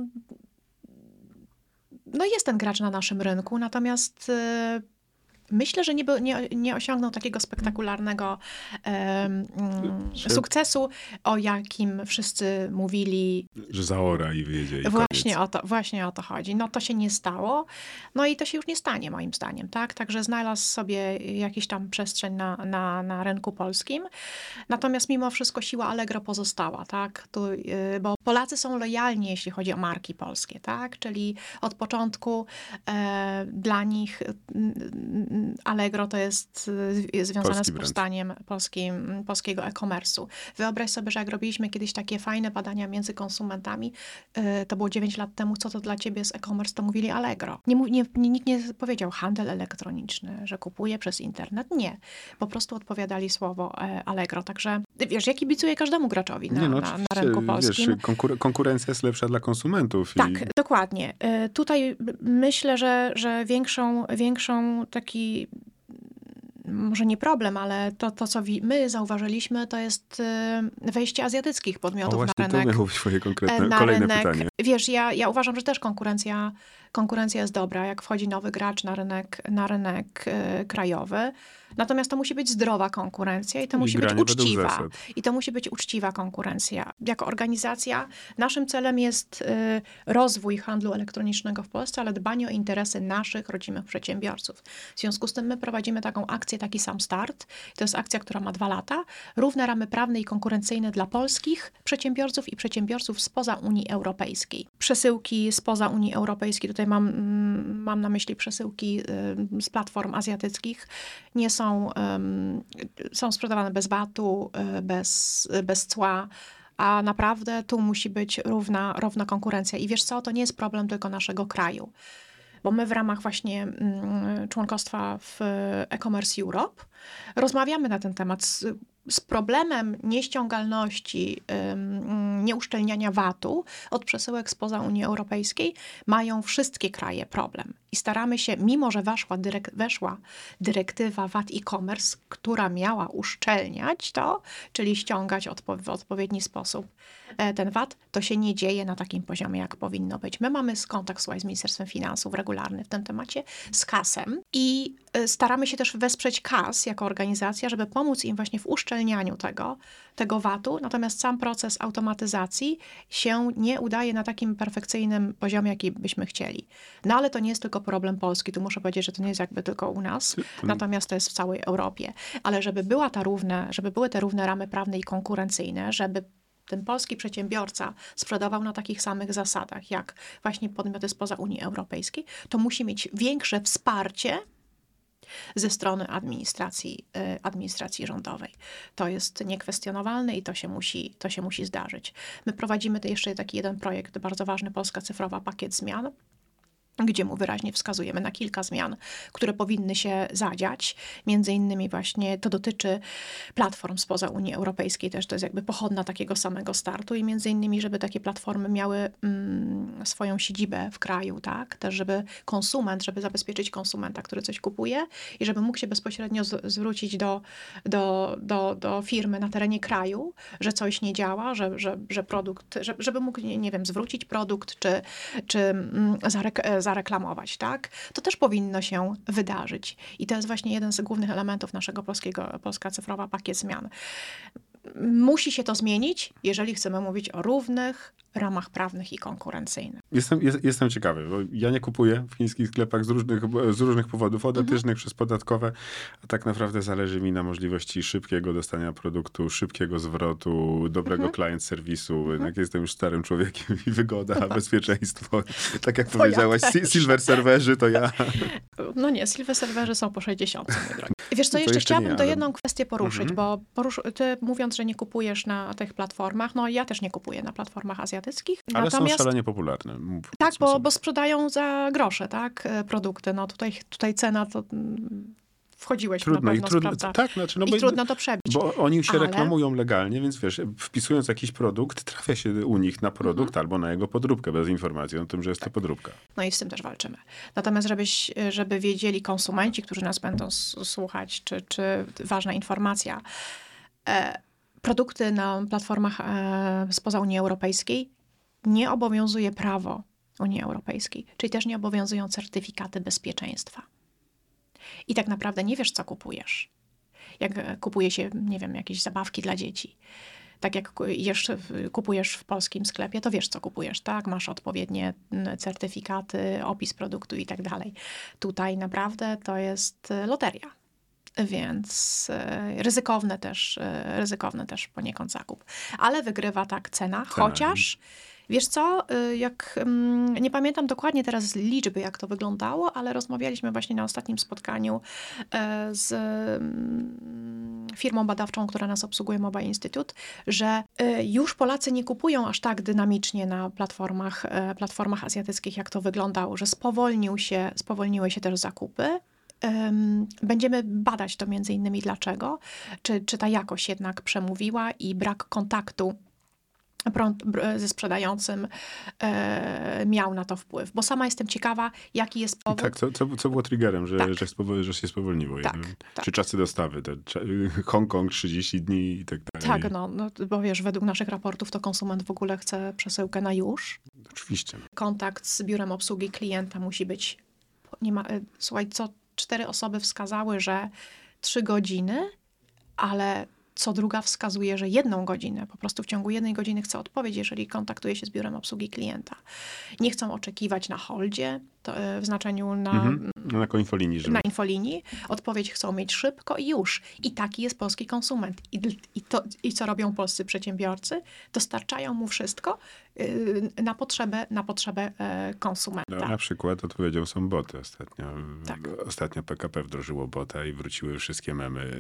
no jest ten gracz na naszym rynku, natomiast e, myślę, że nie, był, nie, nie osiągnął takiego spektakularnego em, mm, Że- sukcesu, o jakim wszyscy mówili. Że zaora i wyjedzie i Właśnie koniec. o, to, właśnie o to chodzi. No to się nie stało. No i to się już nie stanie moim zdaniem, tak? Także znalazł sobie jakiś tam przestrzeń na, na, na rynku polskim. Natomiast mimo wszystko siła Allegro pozostała, tak? Tu, y, bo Polacy są lojalni, jeśli chodzi o marki polskie, tak? Czyli od początku e, dla nich mm, Allegro to jest y, związane Polski z brand. powstaniem polskim, polskiego e-commerce'u. Wyobraź sobie, że jak robiliśmy kiedyś takie fajne badania między konsumentami, y, to było dziewięć lat temu, co to dla ciebie jest e-commerce, to mówili Allegro. Nie, mów- nie, nie, nikt nie powiedział handel elektroniczny, że kupuje przez internet. Nie. Po prostu odpowiadali słowo e, Allegro. Także wiesz, ja kibicuję każdemu graczowi na, Nie, no na, na oczywiście, rynku polskim. wiesz, konkur- konkurencja jest lepsza dla konsumentów. Tak, I... dokładnie. Y, Tutaj myślę, że, że większą, większą taki, może nie problem, ale to, to co wi- my zauważyliśmy, to jest y, wejście azjatyckich O podmiotów właśnie, na to rynek. miało być swoje konkretne, na kolejne rynek. pytanie. Wiesz, ja, ja uważam, że też konkurencja, konkurencja jest dobra, jak wchodzi nowy gracz na rynek, na rynek y, krajowy. Natomiast to musi być zdrowa konkurencja i to I musi być granie według uczciwa. zasad. I to musi być uczciwa konkurencja. Jako organizacja naszym celem jest y, rozwój handlu elektronicznego w Polsce, ale dbanie o interesy naszych rodzimych przedsiębiorców. W związku z tym my prowadzimy taką akcję taki sam start. To jest akcja, która ma dwa lata. Równe ramy prawne i konkurencyjne dla polskich przedsiębiorców i przedsiębiorców spoza Unii Europejskiej. Przesyłki spoza Unii Europejskiej, tutaj mam, mam na myśli przesyłki z platform azjatyckich, nie są, są sprzedawane bez V A T-u, bez, bez cła, a naprawdę tu musi być równa, równa konkurencja. I wiesz co, to nie jest problem tylko naszego kraju. Bo my w ramach właśnie mm, członkostwa w e-commerce Europe rozmawiamy na ten temat. Z, z problemem nieściągalności, ym, nieuszczelniania V A T-u od przesyłek spoza Unii Europejskiej mają wszystkie kraje problem. I staramy się, mimo że weszła, dyrek, weszła dyrektywa V A T e-commerce, która miała uszczelniać to, czyli ściągać odpo w odpowiedni sposób ten V A T, to się nie dzieje na takim poziomie, jak powinno być. My mamy kontakt słuchaj, z Ministerstwem Finansów regularny w tym temacie, z K A S-em i staramy się też wesprzeć K A S jako organizacja, żeby pomóc im właśnie w uszczelnianiu tego, tego V A T-u, natomiast sam proces automatyzacji się nie udaje na takim perfekcyjnym poziomie, jaki byśmy chcieli. No ale to nie jest tylko problem Polski, tu muszę powiedzieć, że to nie jest jakby tylko u nas, natomiast to jest w całej Europie. Ale żeby była ta równe, żeby były te równe ramy prawne i konkurencyjne, żeby ten polski przedsiębiorca sprzedawał na takich samych zasadach, jak właśnie podmioty spoza Unii Europejskiej, to musi mieć większe wsparcie ze strony administracji, administracji rządowej. To jest niekwestionowalne i to się musi, to się musi zdarzyć. My prowadzimy jeszcze taki jeden projekt bardzo ważny, Polska Cyfrowa Pakiet Zmian, gdzie mu wyraźnie wskazujemy na kilka zmian, które powinny się zadziać. Między innymi właśnie to dotyczy platform spoza Unii Europejskiej, też to jest jakby pochodna takiego samego startu i między innymi, żeby takie platformy miały mm, swoją siedzibę w kraju, tak? Też żeby konsument, żeby zabezpieczyć konsumenta, który coś kupuje i żeby mógł się bezpośrednio z, zwrócić do, do, do, do firmy na terenie kraju, że coś nie działa, że, że, że produkt, że, żeby mógł, nie, nie wiem, zwrócić produkt, czy, czy mm, zarek zareklamować, tak? To też powinno się wydarzyć. I to jest właśnie jeden z głównych elementów naszego polskiego, Polska Cyfrowa Pakiet Zmian. Musi się to zmienić, jeżeli chcemy mówić o równych ramach prawnych i konkurencyjnych. Jestem, jest, jestem ciekawy, bo ja nie kupuję w chińskich sklepach z różnych, z różnych powodów, od etycznych mhm. przez podatkowe, a tak naprawdę zależy mi na możliwości szybkiego dostania produktu, szybkiego zwrotu, dobrego mhm. client serwisu. Mhm. Jednak jestem już starym człowiekiem i wygoda, bezpieczeństwo. Tak jak to powiedziałaś, ja silver serwerzy to ja. No nie, silver serwerzy są po sześćdziesiątce, mój drogi. Wiesz co, jeszcze, jeszcze chciałabym ja, to ale... jedną kwestię poruszyć, mhm. bo porusz... ty mówiąc, że nie kupujesz na tych platformach, no ja też nie kupuję na platformach azjatyckich. Ale Natomiast, są szalenie popularne. Mów, tak, bo, bo sprzedają za grosze, tak, produkty. No tutaj, tutaj cena to... Wchodziłeś trudno, na pewno, i trudno, sprawdza. Tak, znaczy, no I bo, trudno to przebić. Bo oni się ale... reklamują legalnie, więc wiesz, wpisując jakiś produkt, trafia się u nich na produkt mhm. albo na jego podróbkę bez informacji o tym, że jest tak. to podróbka. No i z tym też walczymy. Natomiast żebyś, żeby wiedzieli konsumenci, którzy nas będą słuchać, czy, czy ważna informacja, e, produkty na platformach e, spoza Unii Europejskiej nie obowiązuje prawo Unii Europejskiej, czyli też nie obowiązują certyfikaty bezpieczeństwa. I tak naprawdę nie wiesz, co kupujesz. Jak kupuje się, nie wiem, jakieś zabawki dla dzieci. Tak jak jesz, kupujesz w polskim sklepie, to wiesz, co kupujesz, tak? Masz odpowiednie certyfikaty, opis produktu i tak dalej. Tutaj naprawdę to jest loteria. Więc ryzykowne też, ryzykowne też poniekąd zakup. Ale wygrywa tak cena, chociaż... Wiesz co, jak, nie pamiętam dokładnie teraz liczby, jak to wyglądało, ale rozmawialiśmy właśnie na ostatnim spotkaniu z firmą badawczą, która nas obsługuje, Mobile Institute, że już Polacy nie kupują aż tak dynamicznie na platformach, platformach azjatyckich, jak to wyglądało, że spowolnił się, spowolniły się też zakupy. Będziemy badać to między innymi dlaczego, czy, czy ta jakość jednak przemówiła i brak kontaktu ze sprzedającym e, miał na to wpływ. Bo sama jestem ciekawa, jaki jest powód. I tak, co, co, co było triggerem, że, tak. że, spowol, że się spowolniło? Tak, tak. Czy czasy dostawy? Te, Hongkong trzydzieści dni i tak dalej. Tak, no, no, bo wiesz, według naszych raportów to konsument w ogóle chce przesyłkę na już. Oczywiście. Kontakt z biurem obsługi klienta musi być... Nie ma, słuchaj, co cztery osoby wskazały, że trzy godziny, ale co druga wskazuje, że jedną godzinę, po prostu w ciągu jednej godziny chce odpowiedź, jeżeli kontaktuje się z biurem obsługi klienta. Nie chcą oczekiwać na holdzie, to, e, w znaczeniu na, Mhm. Na infolinii, żeby... na infolinii. Odpowiedź chcą mieć szybko i już. I taki jest polski konsument. I, i, to, i co robią polscy przedsiębiorcy? Dostarczają mu wszystko y, na potrzebę, na potrzebę e, konsumenta. No, na przykład odpowiedzią są boty ostatnio. Tak. Ostatnio P K P wdrożyło bota i wróciły wszystkie memy.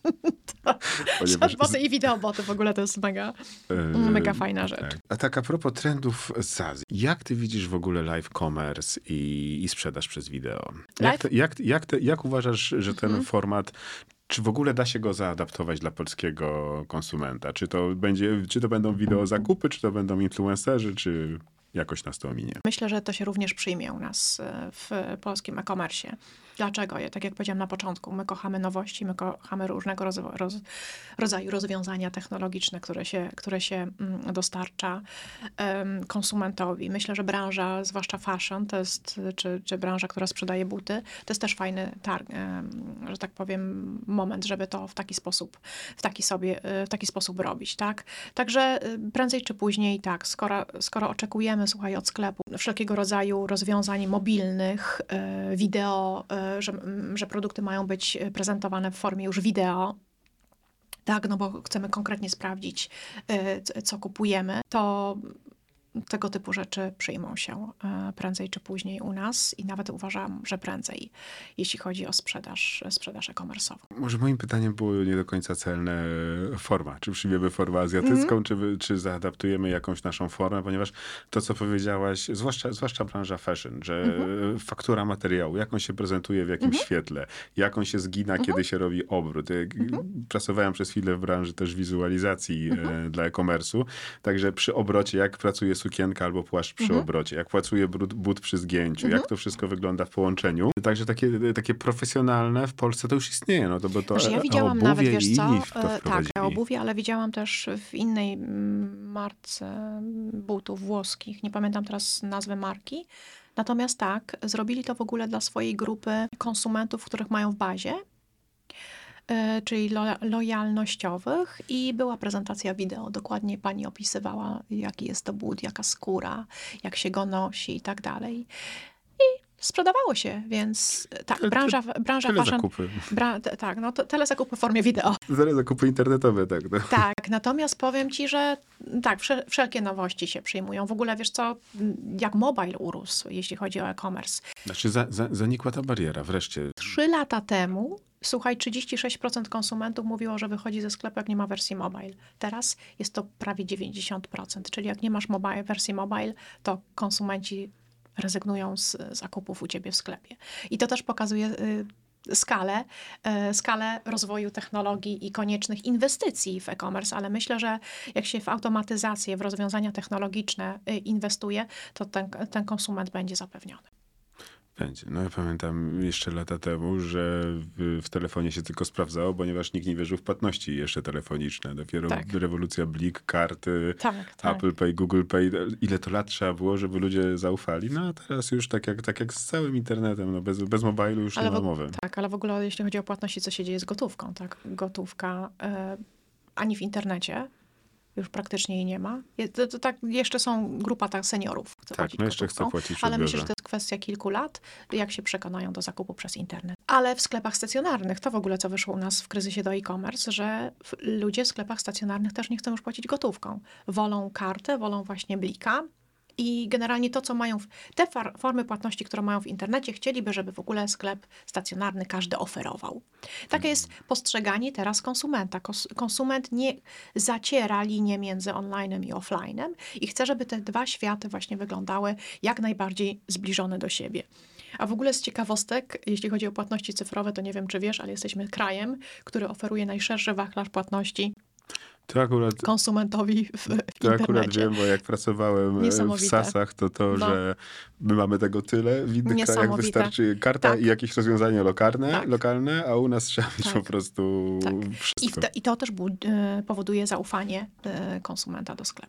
Chatboty i wideoboty w ogóle to jest mega, mega fajna rzecz. Tak. A tak a propos trendów z SaaS, jak ty widzisz w ogóle live commerce i, i sprzedaż przez wideo? Jak, to, jak, jak, te, jak uważasz, że ten mhm. format, czy w ogóle da się go zaadaptować dla polskiego konsumenta? Czy to, będzie, czy to będą wideo zakupy, czy to będą influencerzy, czy jakoś nas to ominie? Myślę, że to się również przyjmie u nas w polskim e-commerce. Dlaczego? Ja, tak jak powiedziałam na początku, my kochamy nowości, my kochamy różnego roz, roz, rodzaju rozwiązania technologiczne, które się, które się dostarcza um, konsumentowi. Myślę, że branża, zwłaszcza fashion, to jest, czy, czy branża, która sprzedaje buty, to jest też fajny targ, um, że tak powiem, moment, żeby to w taki sposób, w taki sobie, w taki sposób robić, tak? Także prędzej czy później, tak, skoro, skoro oczekujemy, słuchaj, od sklepu wszelkiego rodzaju rozwiązań mobilnych, wideo, Że, że produkty mają być prezentowane w formie już wideo, tak, no bo chcemy konkretnie sprawdzić, co kupujemy, to tego typu rzeczy przyjmą się prędzej czy później u nas i nawet uważam, że prędzej, jeśli chodzi o sprzedaż, sprzedaż e-commerce'ową. Może moim pytaniem było nie do końca celne forma. Czy przyjmiemy formę azjatycką, mm. czy, czy zaadaptujemy jakąś naszą formę, ponieważ to, co powiedziałaś, zwłaszcza, zwłaszcza branża fashion, że mm-hmm. faktura materiału, jak on się prezentuje w jakim mm-hmm. świetle, jak on się zgina, mm-hmm. kiedy się robi obrót. Mm-hmm. Pracowałem przez chwilę w branży też wizualizacji mm-hmm. dla e-commerce'u, także przy obrocie, jak pracuje sukienka albo płaszcz przy mhm. obrocie, jak pracuje but, but przy zgięciu, mhm. jak to wszystko wygląda w połączeniu. Także takie, takie profesjonalne w Polsce to już istnieje. No to, bo to znaczy, ja widziałam obuwie nawet, wiesz co, to tak, obuwie, ale widziałam też w innej marce butów włoskich, nie pamiętam teraz nazwy marki. Natomiast tak, zrobili to w ogóle dla swojej grupy konsumentów, których mają w bazie, czyli lo, lojalnościowych i była prezentacja wideo. Dokładnie pani opisywała, jaki jest to but, jaka skóra, jak się go nosi i tak dalej. I sprzedawało się, więc tak, Tele, branża, branża fashion... Bra, tak, no to telezakupy w formie wideo. Telezakupy internetowe, tak. No. Tak, natomiast powiem ci, że tak, wszelkie nowości się przyjmują. W ogóle wiesz co, jak mobile urósł, jeśli chodzi o e-commerce. Znaczy za, za, zanikła ta bariera wreszcie. Trzy lata temu słuchaj, trzydzieści sześć procent konsumentów mówiło, że wychodzi ze sklepu, jak nie ma wersji mobile. Teraz jest to prawie dziewięćdziesiąt procent, czyli jak nie masz mobile, wersji mobile, to konsumenci rezygnują z zakupów u ciebie w sklepie. I to też pokazuje y, skalę, y, skalę rozwoju technologii i koniecznych inwestycji w e-commerce, ale myślę, że jak się w automatyzację, w rozwiązania technologiczne y, inwestuje, to ten, ten konsument będzie zapewniony. Będzie. No ja pamiętam jeszcze lata temu, że w, w telefonie się tylko sprawdzało, ponieważ nikt nie wierzył w płatności jeszcze telefoniczne. Dopiero tak. rewolucja Blik, karty, tak, tak. Apple Pay, Google Pay. Ile to lat trzeba było, żeby ludzie zaufali? No a teraz już tak jak, tak jak z całym internetem, no bez, bez mobilu już ale nie ma mowy. Tak, ale w ogóle jeśli chodzi o płatności, co się dzieje z gotówką, tak? Gotówka y, ani w internecie już praktycznie jej nie ma. To, to tak, jeszcze są grupa tak seniorów, chce tak, no jeszcze chce płacić ale myślę, że to jest kwestia kilku lat, jak się przekonają do zakupu przez internet. Ale w sklepach stacjonarnych, to w ogóle co wyszło u nas w kryzysie do e-commerce, że ludzie w sklepach stacjonarnych też nie chcą już płacić gotówką. Wolą kartę, wolą właśnie Blika. I generalnie to, co mają, w, te far, formy płatności, które mają w internecie, chcieliby, żeby w ogóle sklep stacjonarny każdy oferował. Takie jest postrzeganie teraz konsumenta. Kos, konsument nie zaciera linię między online'em i offline'em i chce, żeby te dwa światy właśnie wyglądały jak najbardziej zbliżone do siebie. A w ogóle z ciekawostek, jeśli chodzi o płatności cyfrowe, to nie wiem, czy wiesz, ale jesteśmy krajem, który oferuje najszerszy wachlarz płatności To akurat, konsumentowi w, w to internecie. akurat wiem, bo jak pracowałem w sasach, to to, no. że my mamy tego tyle. W innych krajach wystarczy karta tak. i jakieś rozwiązanie lokalne, tak. lokalne, a u nas trzeba mieć tak. po prostu tak. wszystko. I, te, I to też bu- powoduje zaufanie konsumenta do sklepu.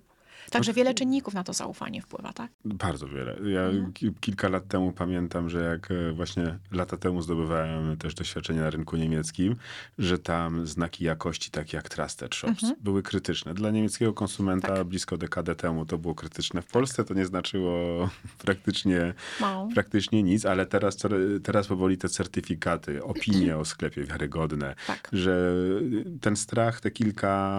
Także wiele czynników na to zaufanie wpływa, tak? Bardzo wiele. Ja Mhm. ki- kilka lat temu pamiętam, że jak e, właśnie lata temu zdobywałem też doświadczenie na rynku niemieckim, że tam znaki jakości takie jak Trusted Shops Mhm. były krytyczne. Dla niemieckiego konsumenta Tak. blisko dekadę temu to było krytyczne. W Polsce to nie znaczyło praktycznie, Mało. praktycznie nic, ale teraz, coraz- teraz powoli te certyfikaty, opinie o sklepie wiarygodne, Tak. że ten strach, te kilka,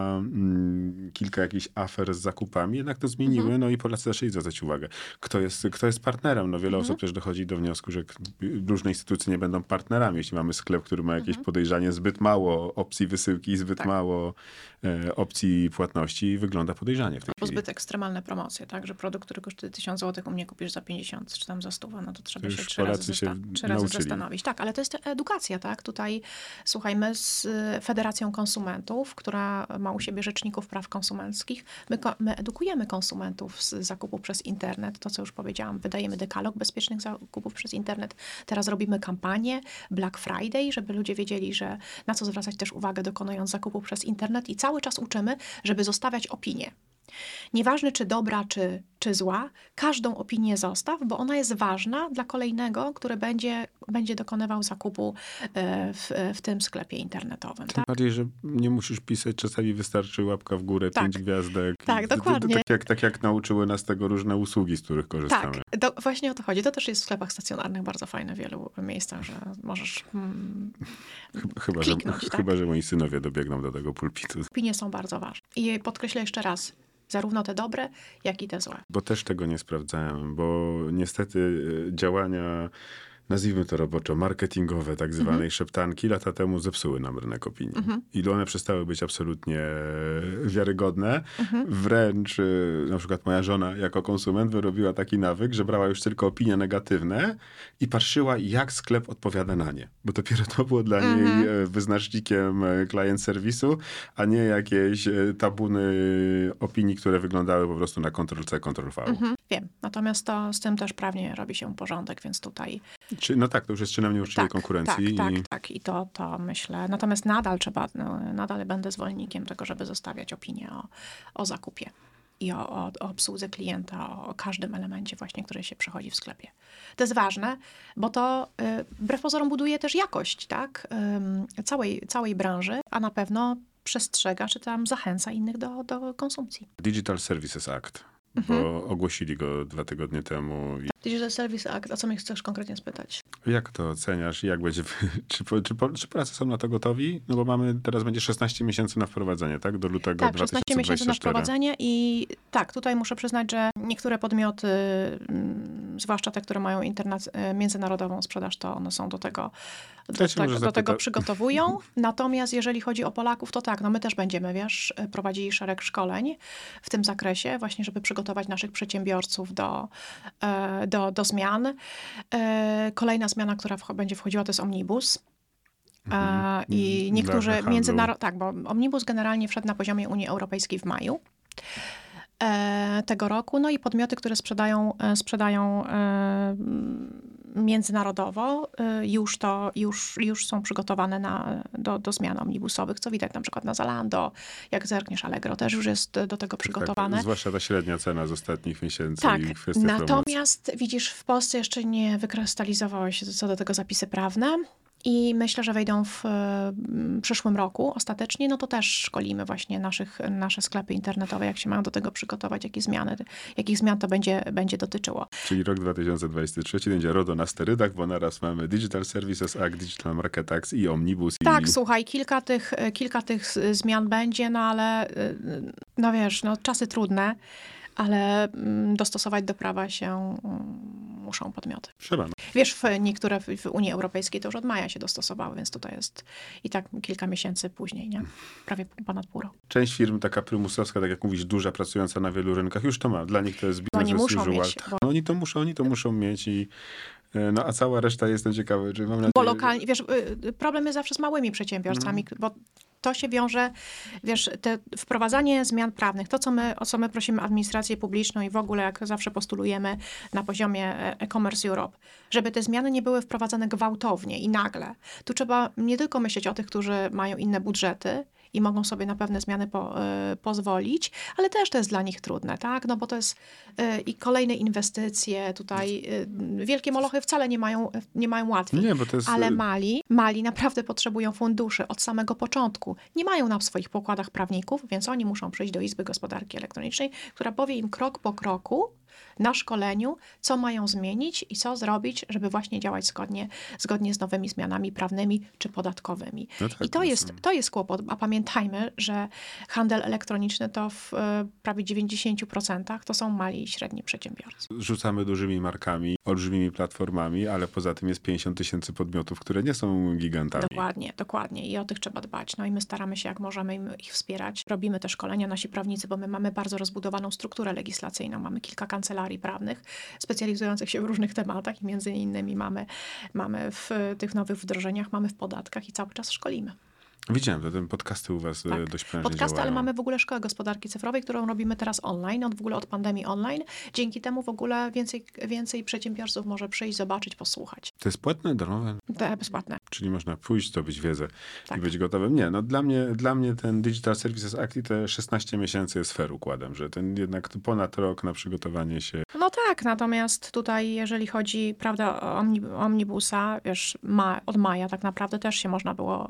mm, kilka jakichś afer z zakupami jednak to zmieniły, Mhm. no i Polacy zaczęli zwracać uwagę. Kto jest, kto jest partnerem? No wiele Mhm. osób też dochodzi do wniosku, że k- różne instytucje nie będą partnerami. Jeśli mamy sklep, który ma jakieś Mhm. podejrzanie, zbyt mało opcji wysyłki, zbyt Tak. mało e, opcji płatności, wygląda podejrzanie w tej Albo chwili. zbyt ekstremalne promocje, tak? Że produkt, który kosztuje tysiąc złotych, u mnie kupisz za pięćdziesiąt czy tam za sto, no to trzeba To się już trzy razy, Polacy się zasta- trzy razy nauczyli. zastanowić. Tak, ale to jest edukacja, tak? Tutaj słuchajmy z y, Federacją Konsumentów, która ma u siebie rzeczników praw konsumenckich. My, ko- my edukujemy konsumentów z zakupu przez internet. To, co już powiedziałam, wydajemy dekalog bezpiecznych zakupów przez internet. Teraz robimy kampanię Black Friday, żeby ludzie wiedzieli, że na co zwracać też uwagę, dokonując zakupu przez internet, i cały czas uczymy, żeby zostawiać opinię. Nieważne, czy dobra, czy, czy zła, każdą opinię zostaw, bo ona jest ważna dla kolejnego, który będzie, będzie dokonywał zakupu e, w, w tym sklepie internetowym. Tym Tak, bardziej, że nie musisz pisać, czasami wystarczy łapka w górę, Tak. pięć gwiazdek. Tak, I to- to- dokładnie. Tak jak, tak jak nauczyły nas tego różne usługi, z których korzystamy. tak do, właśnie o to chodzi. To też jest w sklepach stacjonarnych bardzo fajne w wielu miejscach, że możesz mm, Chyba, że, kliknąć, tak? chyba, że moi synowie dobiegną do tego pulpitu. Opinie są bardzo ważne. I podkreślę jeszcze raz, zarówno te dobre, jak i te złe. Bo też tego nie sprawdzałem, bo niestety y, działania, nazwijmy to roboczo, marketingowe, tak zwanej Mhm. szeptanki, lata temu zepsuły nam rynek opinii. Mhm. I one przestały być absolutnie wiarygodne. Mhm. Wręcz y, na przykład moja żona jako konsument wyrobiła taki nawyk, że brała już tylko opinie negatywne i patrzyła, jak sklep odpowiada na nie. Bo dopiero to było dla Mhm. niej e, wyznacznikiem e, klient serwisu, a nie jakieś e, tabuny opinii, które wyglądały po prostu na Ctrl-C, Ctrl-V. Mhm. Wiem, natomiast to z tym też prawnie robi się porządek, więc tutaj Czy, no tak, to już jest czynem nieuczciwej tak, konkurencji. tak, i... tak, tak. I to, to myślę. Natomiast nadal trzeba, no, nadal będę zwolennikiem tego, żeby zostawiać opinię o, o zakupie i o, o, o obsłudze klienta, o, o każdym elemencie właśnie, który się przechodzi w sklepie. To jest ważne, bo to y, wbrew pozorom buduje też jakość, tak, ym, całej, całej branży, a na pewno przestrzega, czy tam zachęca innych do, do konsumpcji. Digital Services Act, Mhm. bo ogłosili go dwa tygodnie temu. I Digital Service Act, a co mnie chcesz konkretnie spytać? jak to oceniasz i jak będzie, czy, po- czy, po- czy Polacy są na to gotowi? No bo mamy, teraz będzie szesnaście miesięcy na wprowadzenie, tak? Do lutego Tak, szesnaście miesięcy na dwa tysiące dwudziestego czwartego. wprowadzenie i tak, tutaj muszę przyznać, że niektóre podmioty, mm, zwłaszcza te, które mają internet, e, międzynarodową sprzedaż, to one są do tego, do, Ja cię tego, może do tego zapyta- przygotowują. Natomiast jeżeli chodzi o Polaków, to tak, no my też będziemy, wiesz, prowadzili szereg szkoleń w tym zakresie, właśnie żeby przygotować naszych przedsiębiorców do, e, do, do zmian. E, Kolejna zmiana, która wcho- będzie wchodziła, to jest Omnibus. E, I Dla niektórzy handlu. międzynarodowi, tak, bo Omnibus generalnie wszedł na poziomie Unii Europejskiej w maju e, tego roku. No i podmioty, które sprzedają, e, sprzedają e, międzynarodowo, e, już to, już, już są przygotowane na, do, do zmian omnibusowych, co widać na przykład na Zalando, jak zerkniesz, Allegro też już jest do tego przygotowane. Tak, zwłaszcza ta średnia cena z ostatnich miesięcy Tak, i kwestia promocji. natomiast widzisz, w Polsce jeszcze nie wykrystalizowały się co do tego zapisy prawne i myślę, że wejdą w e, przyszłym roku ostatecznie. No to też szkolimy właśnie naszych, nasze sklepy internetowe, jak się mają do tego przygotować, jakie zmiany, jakich zmian to będzie, będzie dotyczyło. Czyli rok dwa tysiące dwudziesty trzeci będzie RODO na sterydach, bo naraz mamy Digital Services Act, Digital Market Act i Omnibus. Tak, i... słuchaj, kilka tych, kilka tych zmian będzie, no ale y, no wiesz, no czasy trudne, ale mm, dostosować do prawa się mm, muszą podmioty. Trzeba. No. Wiesz, w niektóre w w Unii Europejskiej to już od maja się dostosowały, więc tutaj jest i tak kilka miesięcy później, nie? Prawie ponad pół roku. Część firm taka prymusowska, tak jak mówisz, duża, pracująca na wielu rynkach, już to ma. Dla nich to jest biznes, Oni jest muszą już mieć, łatwo. bo- No, oni to muszą, oni to muszą mieć i e, no a cała reszta jestem ciekawy, czy mam nadzieję, Bo że- lokalnie, wiesz, y, problem jest zawsze z małymi przedsiębiorcami, bo to się wiąże, wiesz, te wprowadzanie zmian prawnych, to co my, o co my prosimy administrację publiczną i w ogóle jak zawsze postulujemy na poziomie e- e-commerce Europe, żeby te zmiany nie były wprowadzane gwałtownie i nagle. Tu trzeba nie tylko myśleć o tych, którzy mają inne budżety i mogą sobie na pewne zmiany po, y, pozwolić, ale też to jest dla nich trudne, tak? No bo to jest y, i kolejne inwestycje, tutaj y, wielkie molochy wcale nie mają, nie mają łatwiej, Nie, bo to jest... ale mali, mali naprawdę potrzebują funduszy od samego początku. Nie mają na swoich pokładach prawników, więc oni muszą przyjść do Izby Gospodarki Elektronicznej, która powie im krok po kroku na szkoleniu, co mają zmienić i co zrobić, żeby właśnie działać zgodnie, zgodnie z nowymi zmianami prawnymi czy podatkowymi. No tak, I to no jest, są- to jest kłopot, a pamiętajmy, że handel elektroniczny to w e, prawie dziewięćdziesiąt procent to są mali i średni przedsiębiorcy. Rzucamy dużymi markami, olbrzymimi platformami, ale poza tym jest pięćdziesiąt tysięcy podmiotów, które nie są gigantami. Dokładnie, dokładnie. I o tych trzeba dbać. No i my staramy się, jak możemy im- ich wspierać. Robimy te szkolenia, nasi prawnicy, bo my mamy bardzo rozbudowaną strukturę legislacyjną. Mamy kilka kancelarii prawnych specjalizujących się w różnych tematach i między innymi mamy, mamy w tych nowych wdrożeniach, mamy w podatkach i cały czas szkolimy. Widziałem, to te podcasty u was Tak. tak. dość prężnie Podcasty, działają. ale mamy w ogóle Szkołę Gospodarki Cyfrowej, którą robimy teraz online, od, w ogóle od pandemii online. Dzięki temu w ogóle więcej, więcej przedsiębiorców może przyjść, zobaczyć, posłuchać. To jest płatne, darmowe? Te bezpłatne. Czyli można pójść, zdobyć wiedzę Tak. i być gotowym. Nie, no dla mnie, dla mnie ten Digital Services Act i te szesnaście miesięcy jest fair układem, że ten jednak ponad rok na przygotowanie się. No tak, natomiast tutaj, jeżeli chodzi, prawda, o omni- omnibusa, wiesz, ma, od maja tak naprawdę też się można było,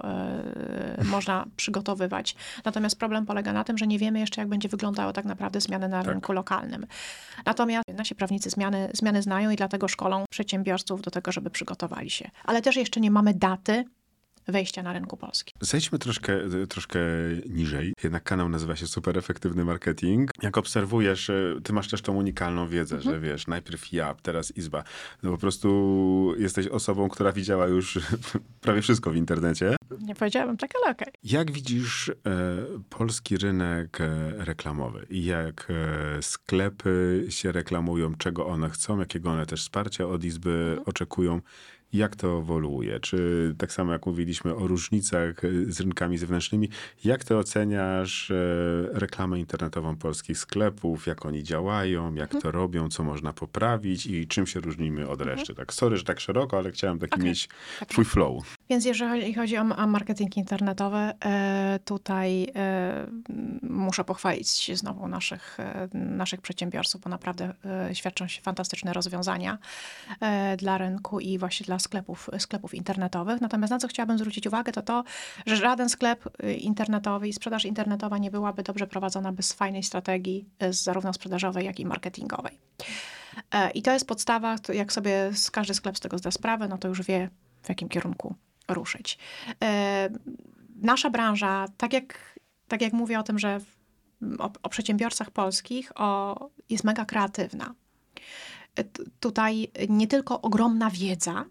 yy, można przygotowywać. Natomiast problem polega na tym, że nie wiemy jeszcze, jak będzie wyglądały tak naprawdę zmiany na Tak. rynku lokalnym. Natomiast nasi prawnicy zmiany, zmiany znają i dlatego szkolą przedsiębiorców do tego, żeby przygotowali się. Ale też jeszcze nie mamy daty wejścia na rynku polski. Zejdźmy troszkę, troszkę niżej. Jednak kanał nazywa się Super Efektywny Marketing. Jak obserwujesz, e, ty masz też tą unikalną wiedzę, Mhm. że wiesz, najpierw ja, teraz Izba. No po prostu jesteś osobą, która widziała już prawie wszystko w internecie. Nie powiedziałabym tak, ale okej. Jak widzisz e, polski rynek e, reklamowy i jak e, sklepy się reklamują, czego one chcą, jakiego one też wsparcia od Izby Mhm. oczekują? Jak to ewoluuje? Czy tak samo jak mówiliśmy o różnicach e, z rynkami zewnętrznymi, jak ty oceniasz e, reklamę internetową polskich sklepów, jak oni działają, jak to robią, co można poprawić i czym się różnimy od reszty? Tak, sorry, że tak szeroko, ale chciałem taki Okej. mieć Tak. twój flow. Więc jeżeli chodzi o, o marketing internetowy, e, tutaj e, muszę pochwalić się znowu naszych, e, naszych przedsiębiorców, bo naprawdę e, świadczą się fantastyczne rozwiązania e, dla rynku i właśnie dla sklepów, sklepów internetowych. Natomiast na co chciałabym zwrócić uwagę, to to, że żaden sklep e, internetowy i sprzedaż internetowa nie byłaby dobrze prowadzona bez fajnej strategii, e, zarówno sprzedażowej, jak i marketingowej. E, I to jest podstawa, to jak sobie z- każdy sklep z tego zda sprawę, no to już wie, w jakim kierunku ruszyć. E, Nasza branża, tak jak, tak jak mówię o tym, że w- o, o przedsiębiorcach polskich, o, jest mega kreatywna. E, t- Tutaj nie tylko ogromna wiedza,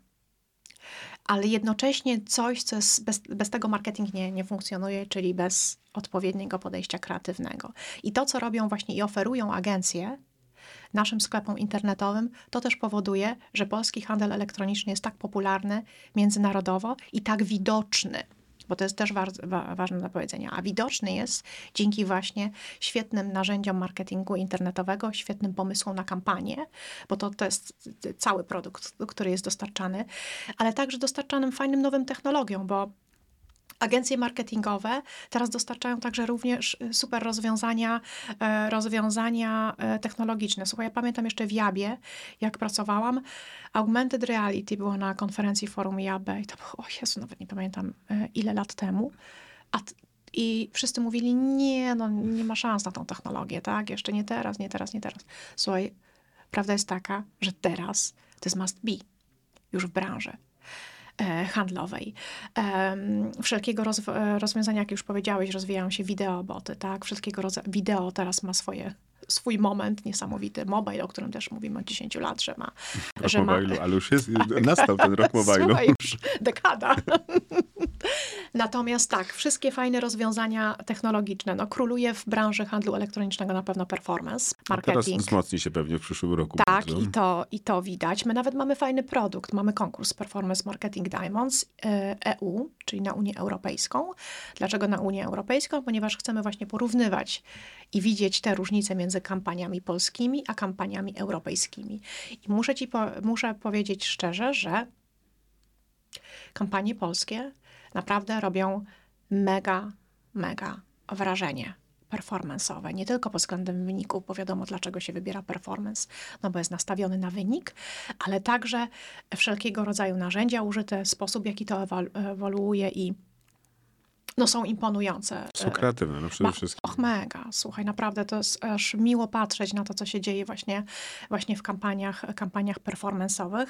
ale jednocześnie coś, co jest, bez, bez tego marketing nie, nie funkcjonuje, czyli bez odpowiedniego podejścia kreatywnego. I to, co robią właśnie i oferują agencje naszym sklepom internetowym, to też powoduje, że polski handel elektroniczny jest tak popularny międzynarodowo i tak widoczny. Bo to jest też bardzo wa- ważne do powiedzenia. A widoczny jest dzięki właśnie świetnym narzędziom marketingu internetowego, świetnym pomysłom na kampanię, bo to, to jest cały produkt, który jest dostarczany, ale także dostarczanym fajnym nowym technologiom, bo agencje marketingowe teraz dostarczają także również y, super rozwiązania, e, rozwiązania e, technologiczne. Słuchaj, ja pamiętam jeszcze w Jabie, jak pracowałam, Augmented Reality było na konferencji forum Jabe i to było, o Jezu, nawet nie pamiętam e, ile lat temu. A t- I wszyscy mówili, nie, no nie ma szans na tą technologię, tak? Jeszcze nie teraz, nie teraz, nie teraz. Słuchaj, prawda jest taka, że teraz to jest must be już w branży e, handlowej. Em, wszelkiego rozw- e, rozwiązania, jak już powiedziałeś, rozwijają się wideoboty, tak? Wszelkiego rodzaju wideo teraz ma swoje, swój moment niesamowity. Mobile, o którym też mówimy od dziesięciu lat, że ma... Rok że ma mobilu, ale już jest, nastał ten rok mobilu. Słuchaj, już dekada. Natomiast tak, wszystkie fajne rozwiązania technologiczne. No, króluje w branży handlu elektronicznego na pewno performance, A teraz marketing. wzmocni się pewnie w przyszłym roku. Tak, bardzo. i to, i to widać. My nawet mamy fajny produkt. Mamy konkurs Performance Marketing Diamonds E U, czyli na Unię Europejską. Dlaczego na Unię Europejską? Ponieważ chcemy właśnie porównywać i widzieć te różnice między kampaniami polskimi, a kampaniami europejskimi. I muszę ci po, muszę powiedzieć szczerze, że kampanie polskie naprawdę robią mega mega wrażenie performance'owe. Nie tylko pod względem wyników, bo wiadomo, dlaczego się wybiera performance, no bo jest nastawiony na wynik, ale także wszelkiego rodzaju narzędzia użyte, sposób, w jaki to ewolu- ewoluuje i no są imponujące. Są kreatywne, no przede Ma, wszystkim. och, mega. Słuchaj, naprawdę to jest aż miło patrzeć na to, co się dzieje właśnie, właśnie w kampaniach, kampaniach performance'owych.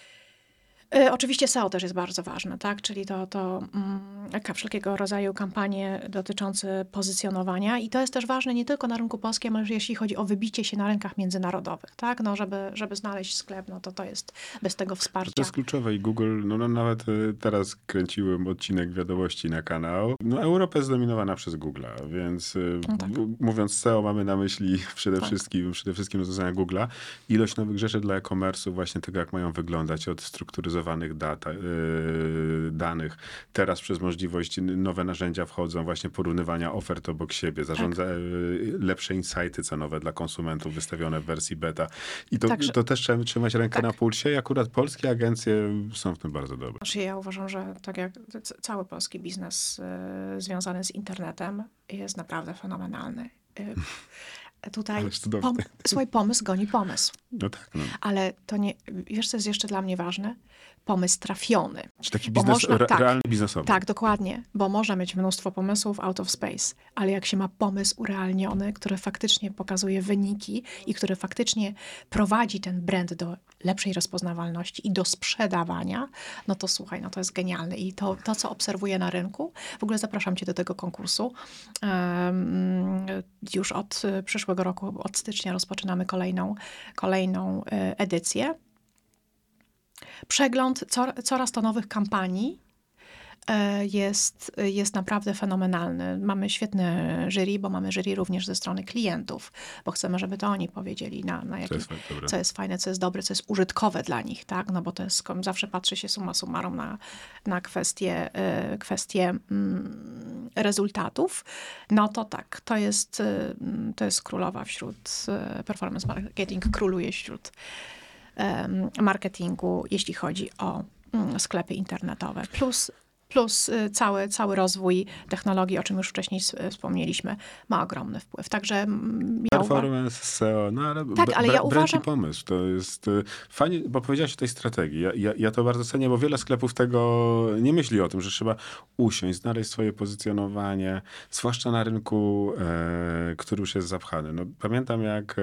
Y, Oczywiście S E O też jest bardzo ważne, tak? Czyli to, to mm, wszelkiego rodzaju kampanie dotyczące pozycjonowania i to jest też ważne nie tylko na rynku polskim, ale jeśli chodzi o wybicie się na rynkach międzynarodowych, tak? No, żeby, żeby znaleźć sklep, no to to jest bez tego wsparcia. To jest kluczowe i Google, no, no nawet y, teraz kręciłem odcinek wiadomości na kanał. No Europa jest zdominowana przez Google'a, więc y, No tak. m- mówiąc S E O mamy na myśli przede Tak. wszystkim, przede wszystkim rozwiązania Google'a. Ilość nowych rzeczy dla e-commerce'u, właśnie tego jak mają wyglądać, od strukturyzowanych data, y, danych. Teraz przez możliwość n- nowe narzędzia wchodzą, właśnie porównywania ofert obok siebie, zarządza y, lepsze insighty cenowe dla konsumentów wystawione w wersji beta. I to, Także- to też trzeba trzymać rękę Tak. na pulsie i akurat polskie agencje są w tym bardzo dobre. Znaczy, ja uważam, że tak jak c- cały polski biznes y, związany z internetem jest naprawdę fenomenalny. Y, tutaj Ależ cudownie. pom- słuchaj, pomysł goni pomysł. No tak, no. Ale to nie, wiesz, co jest jeszcze dla mnie ważne? Pomysł trafiony. Czy taki Bo biznes, można- re, tak. realny biznesowy. Tak, dokładnie, bo można mieć mnóstwo pomysłów out of space, ale jak się ma pomysł urealniony, który faktycznie pokazuje wyniki i który faktycznie prowadzi ten brand do lepszej rozpoznawalności i do sprzedawania, no to słuchaj, no to jest genialne. I to, to co obserwuję na rynku, w ogóle zapraszam cię do tego konkursu. Um, już od y, przyszłego roku, od stycznia rozpoczynamy kolejną, kolejną y, edycję. Przegląd cor- coraz to nowych kampanii e, jest, jest naprawdę fenomenalny. Mamy świetne jury, bo mamy jury również ze strony klientów, bo chcemy, żeby to oni powiedzieli, na, na To jakim, jest fajne, dobre. co jest fajne, co jest dobre, co jest użytkowe dla nich, tak? No bo to jest, zawsze patrzy się summa summarum na, na kwestie, e, kwestie mm, rezultatów. No to tak, to jest, e, to jest królowa wśród, e, performance marketing króluje wśród em, marketingu, jeśli chodzi o mm, sklepy internetowe. Plus, plus y, cały, cały rozwój technologii, o czym już wcześniej s- wspomnieliśmy, ma ogromny wpływ. Także mm, ja uważam, Performance, S E O, no ale, Tak, b- ale bra- ja brand uważam- i pomysł. To jest y, fajnie, bo powiedziałaś o tej strategii. Ja, ja, ja to bardzo cenię, bo wiele sklepów tego nie myśli o tym, że trzeba usiąść, znaleźć swoje pozycjonowanie, zwłaszcza na rynku, e, który już jest zapchany. No, pamiętam jak... E,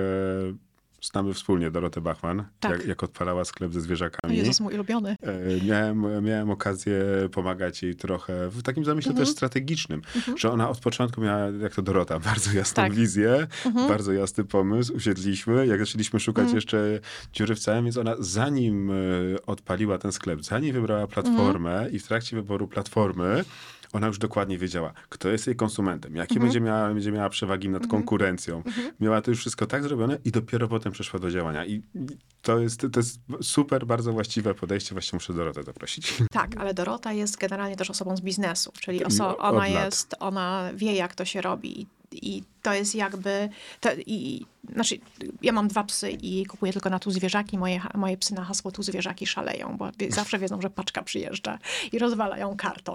Znamy wspólnie Dorotę Bachman, Tak. jak, jak odpalała sklep ze zwierzakami. Jezus, mój ulubiony. E, Miałem, miałem okazję pomagać jej trochę w takim zamyśle Mhm. też strategicznym, że ona od początku miała, jak to Dorota, bardzo jasną Tak. wizję, Mhm. bardzo jasny pomysł, usiedliśmy, jak zaczęliśmy szukać Mhm. jeszcze dziury w całym, więc ona zanim e, odpaliła ten sklep, zanim wybrała platformę Mhm. i w trakcie wyboru platformy, ona już dokładnie wiedziała, kto jest jej konsumentem, jakie Mhm. będzie, miała, będzie miała przewagi nad konkurencją. Miała to już wszystko tak zrobione i dopiero potem przeszła do działania. I i to jest, to jest super, bardzo właściwe podejście. Właśnie muszę Dorotę zaprosić. Tak, ale Dorota jest generalnie też osobą z biznesu, czyli I oso- od ona lat. jest, ona wie, jak to się robi. I, i to jest jakby, to, i, znaczy, ja mam dwa psy i kupuję tylko na tu zwierzaki. Moje, moje psy na hasło tu zwierzaki szaleją, bo wie, zawsze wiedzą, że paczka przyjeżdża i rozwalają karton.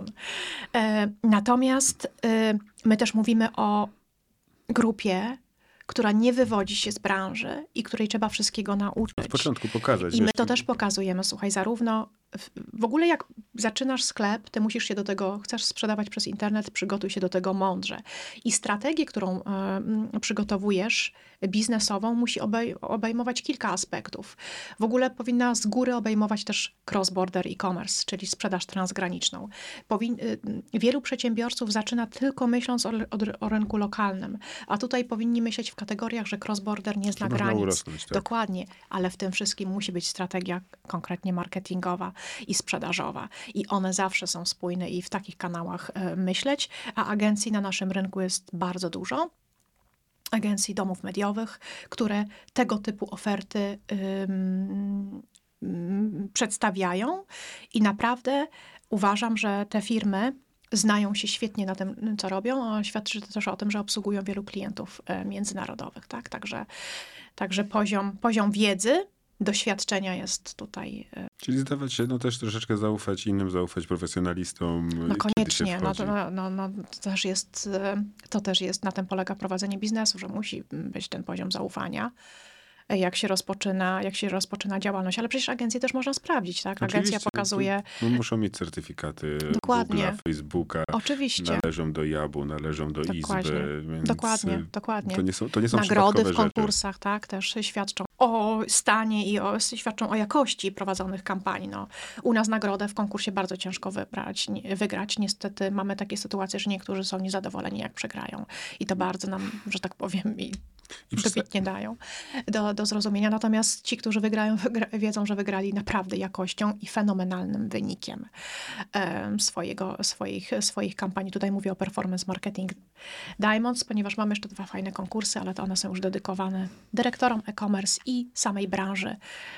E, natomiast e, my też mówimy o grupie, która nie wywodzi się z branży i której trzeba wszystkiego nauczyć. Od początku pokazać. I my wiesz, to też pokazujemy, słuchaj, zarówno w, w ogóle jak zaczynasz sklep, ty musisz się do tego, chcesz sprzedawać przez internet, przygotuj się do tego mądrze. I strategię, którą y, przygotowujesz, biznesową, musi obej obejmować kilka aspektów. W ogóle powinna z góry obejmować też cross-border e-commerce, czyli sprzedaż transgraniczną. Powin y, wielu przedsiębiorców zaczyna tylko myśląc o, o, o rynku lokalnym, a tutaj powinni myśleć w kategoriach, że cross-border nie zna Można granic. urosnąć, tak. Dokładnie, ale w tym wszystkim musi być strategia konkretnie marketingowa i sprzedażowa. I one zawsze są spójne i w takich kanałach e, myśleć, a agencji na naszym rynku jest bardzo dużo. Agencji domów mediowych, które tego typu oferty ym, ym, przedstawiają i naprawdę uważam, że te firmy znają się świetnie na tym, co robią, a świadczy to też o tym, że obsługują wielu klientów e, międzynarodowych. Tak? Także, także poziom, poziom wiedzy doświadczenia jest tutaj. Czyli zdawać się, no też troszeczkę zaufać innym, zaufać profesjonalistom. No kiedy koniecznie, się no to, wchodzi. no, no, to też jest, to też jest, na tym polega prowadzenie biznesu, że musi być ten poziom zaufania. Jak się rozpoczyna, jak się rozpoczyna działalność, ale przecież agencję też można sprawdzić, tak? Agencja Oczywiście, pokazuje... No, muszą mieć certyfikaty Dokładnie. Google'a, Facebooka. Oczywiście. Należą do jabu, należą do Dokładnie. Izby. Więc Dokładnie, dokładnie. To nie są, to nie są Nagrody w przypadkowe konkursach, rzeczy. tak, też świadczą o stanie i o, świadczą o jakości prowadzonych kampanii. No, u nas nagrodę w konkursie bardzo ciężko wybrać, nie, wygrać. Niestety mamy takie sytuacje, że niektórzy są niezadowoleni, jak przegrają. I to bardzo nam, że tak powiem, i I przez- dobitnie dają do, do zrozumienia. Natomiast ci, którzy wygrają, wygra, wiedzą, że wygrali naprawdę jakością i fenomenalnym wynikiem em, swojego, swoich, swoich kampanii. Tutaj mówię o Performance Marketing Diamonds, ponieważ mamy jeszcze dwa fajne konkursy, ale to one są już dedykowane dyrektorom e-commerce i samej branży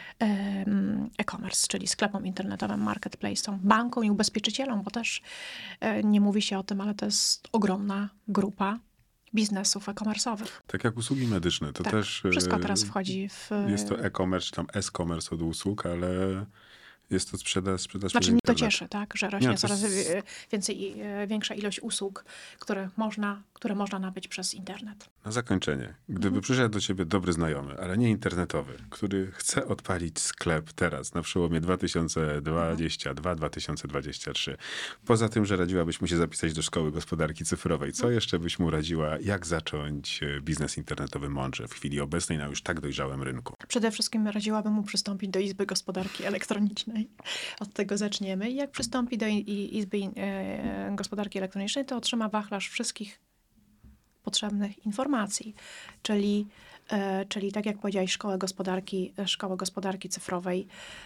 em, e-commerce, czyli sklepom internetowym, marketplace'om, bankom i ubezpieczycielom, bo też e, nie mówi się o tym, ale to jest ogromna grupa biznesów e-commerce'owych. Tak jak usługi medyczne, to Tak, też... wszystko e, teraz wchodzi w... Jest to e-commerce, czy tam s-commerce od usług, ale jest to sprzedaż, sprzedaż Znaczy przez mnie to internet. cieszy, tak, że rośnie Nie, to coraz jest- e, więcej, e, większa ilość usług, które można, które można nabyć przez internet. Na zakończenie, gdyby Mhm. przyszedł do ciebie dobry znajomy, ale nie internetowy, który chce odpalić sklep teraz, na przełomie dwa tysiące dwudziesty drugi dwa tysiące dwudziesty trzeci. Poza tym, że radziłabyś mu się zapisać do Szkoły Gospodarki Cyfrowej, co jeszcze byś mu radziła, jak zacząć e, biznes internetowy mądrze w chwili obecnej na już tak dojrzałym rynku? Przede wszystkim radziłabym mu przystąpić do Izby Gospodarki Elektronicznej. Od tego zaczniemy. I jak przystąpi do i- i Izby e, Gospodarki Elektronicznej, to otrzyma wachlarz wszystkich potrzebnych informacji. Czyli, e, czyli tak jak powiedziałeś, Szkołę Gospodarki, Szkołę Gospodarki Cyfrowej,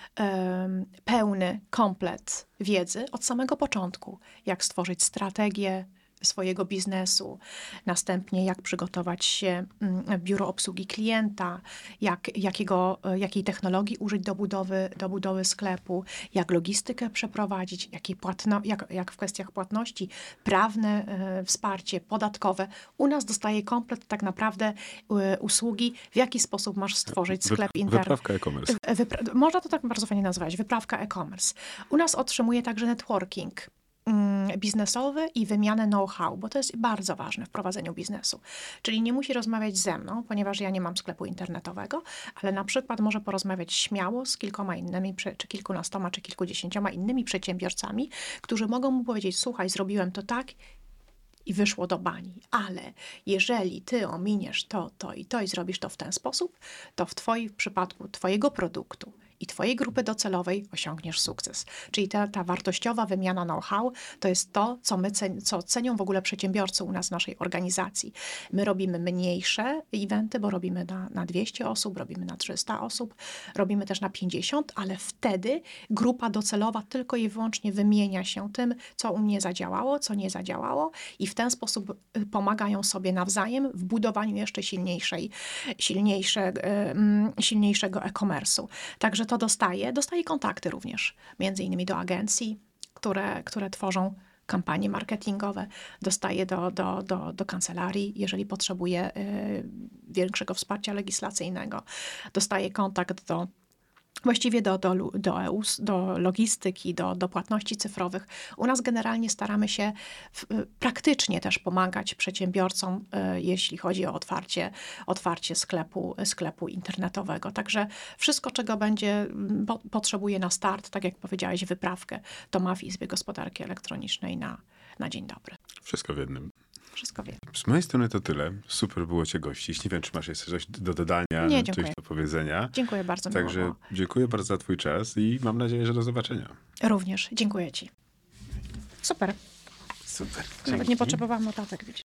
em, pełny komplet wiedzy od samego początku. Jak stworzyć strategię swojego biznesu, następnie jak przygotować się mm, biuro obsługi klienta, jak, jakiego, e, jakiej technologii użyć do budowy, do budowy sklepu, jak logistykę przeprowadzić, jakiej płatno, jak, jak w kwestiach płatności, prawne e, wsparcie, podatkowe. U nas dostaje komplet tak naprawdę e, usługi, w jaki sposób masz stworzyć sklep Wyp- internet. Wyprawka e-commerce. Wypra- można to tak bardzo fajnie nazwać, wyprawka e-commerce. U nas otrzymuje także networking mm, biznesowy i wymianę know-how, bo to jest bardzo ważne w prowadzeniu biznesu. Czyli nie musi rozmawiać ze mną, ponieważ ja nie mam sklepu internetowego, ale na przykład może porozmawiać śmiało z kilkoma innymi, prze- czy kilkunastoma, czy kilkudziesięcioma innymi przedsiębiorcami, którzy mogą mu powiedzieć, słuchaj, zrobiłem to tak i wyszło do bani, ale jeżeli ty ominiesz to, to i to i zrobisz to w ten sposób, to w twoim w przypadku twojego produktu i twojej grupy docelowej osiągniesz sukces. Czyli ta, ta wartościowa wymiana know-how to jest to, co, my cen, co cenią w ogóle przedsiębiorcy u nas w naszej organizacji. My robimy mniejsze eventy, bo robimy na, na dwieście osób, robimy na trzysta osób, robimy też na pięćdziesiąt, ale wtedy grupa docelowa tylko i wyłącznie wymienia się tym, co u mnie zadziałało, co nie zadziałało i w ten sposób y, pomagają sobie nawzajem w budowaniu jeszcze silniejszej, silniejsze, y, mm, silniejszego e-commerce'u. Także to dostaje, dostaje kontakty również, między innymi do agencji, które, które tworzą kampanie marketingowe, dostaje do, do, do, do kancelarii, jeżeli potrzebuje y, większego wsparcia legislacyjnego, dostaje kontakt do Właściwie do, do, do, E U S, do logistyki, do, do płatności cyfrowych. U nas generalnie staramy się w, praktycznie też pomagać przedsiębiorcom, y, jeśli chodzi o otwarcie, otwarcie sklepu, sklepu internetowego. Także wszystko, czego będzie mm, po, potrzebuje na start, tak jak powiedziałeś, wyprawkę, to ma w Izbie Gospodarki Elektronicznej na, na dzień dobry. Wszystko w jednym. Wszystko wiem. Z mojej strony to tyle. Super było cię gościć. Nie wiem, czy masz jeszcze coś do dodania, Nie, coś dziękuję. do powiedzenia. Dziękuję bardzo. miło Także było. dziękuję bardzo za twój czas i mam nadzieję, że do zobaczenia. Również dziękuję ci. Super. Super. Nawet nie Dzięki. potrzebowałam notatek, widzisz.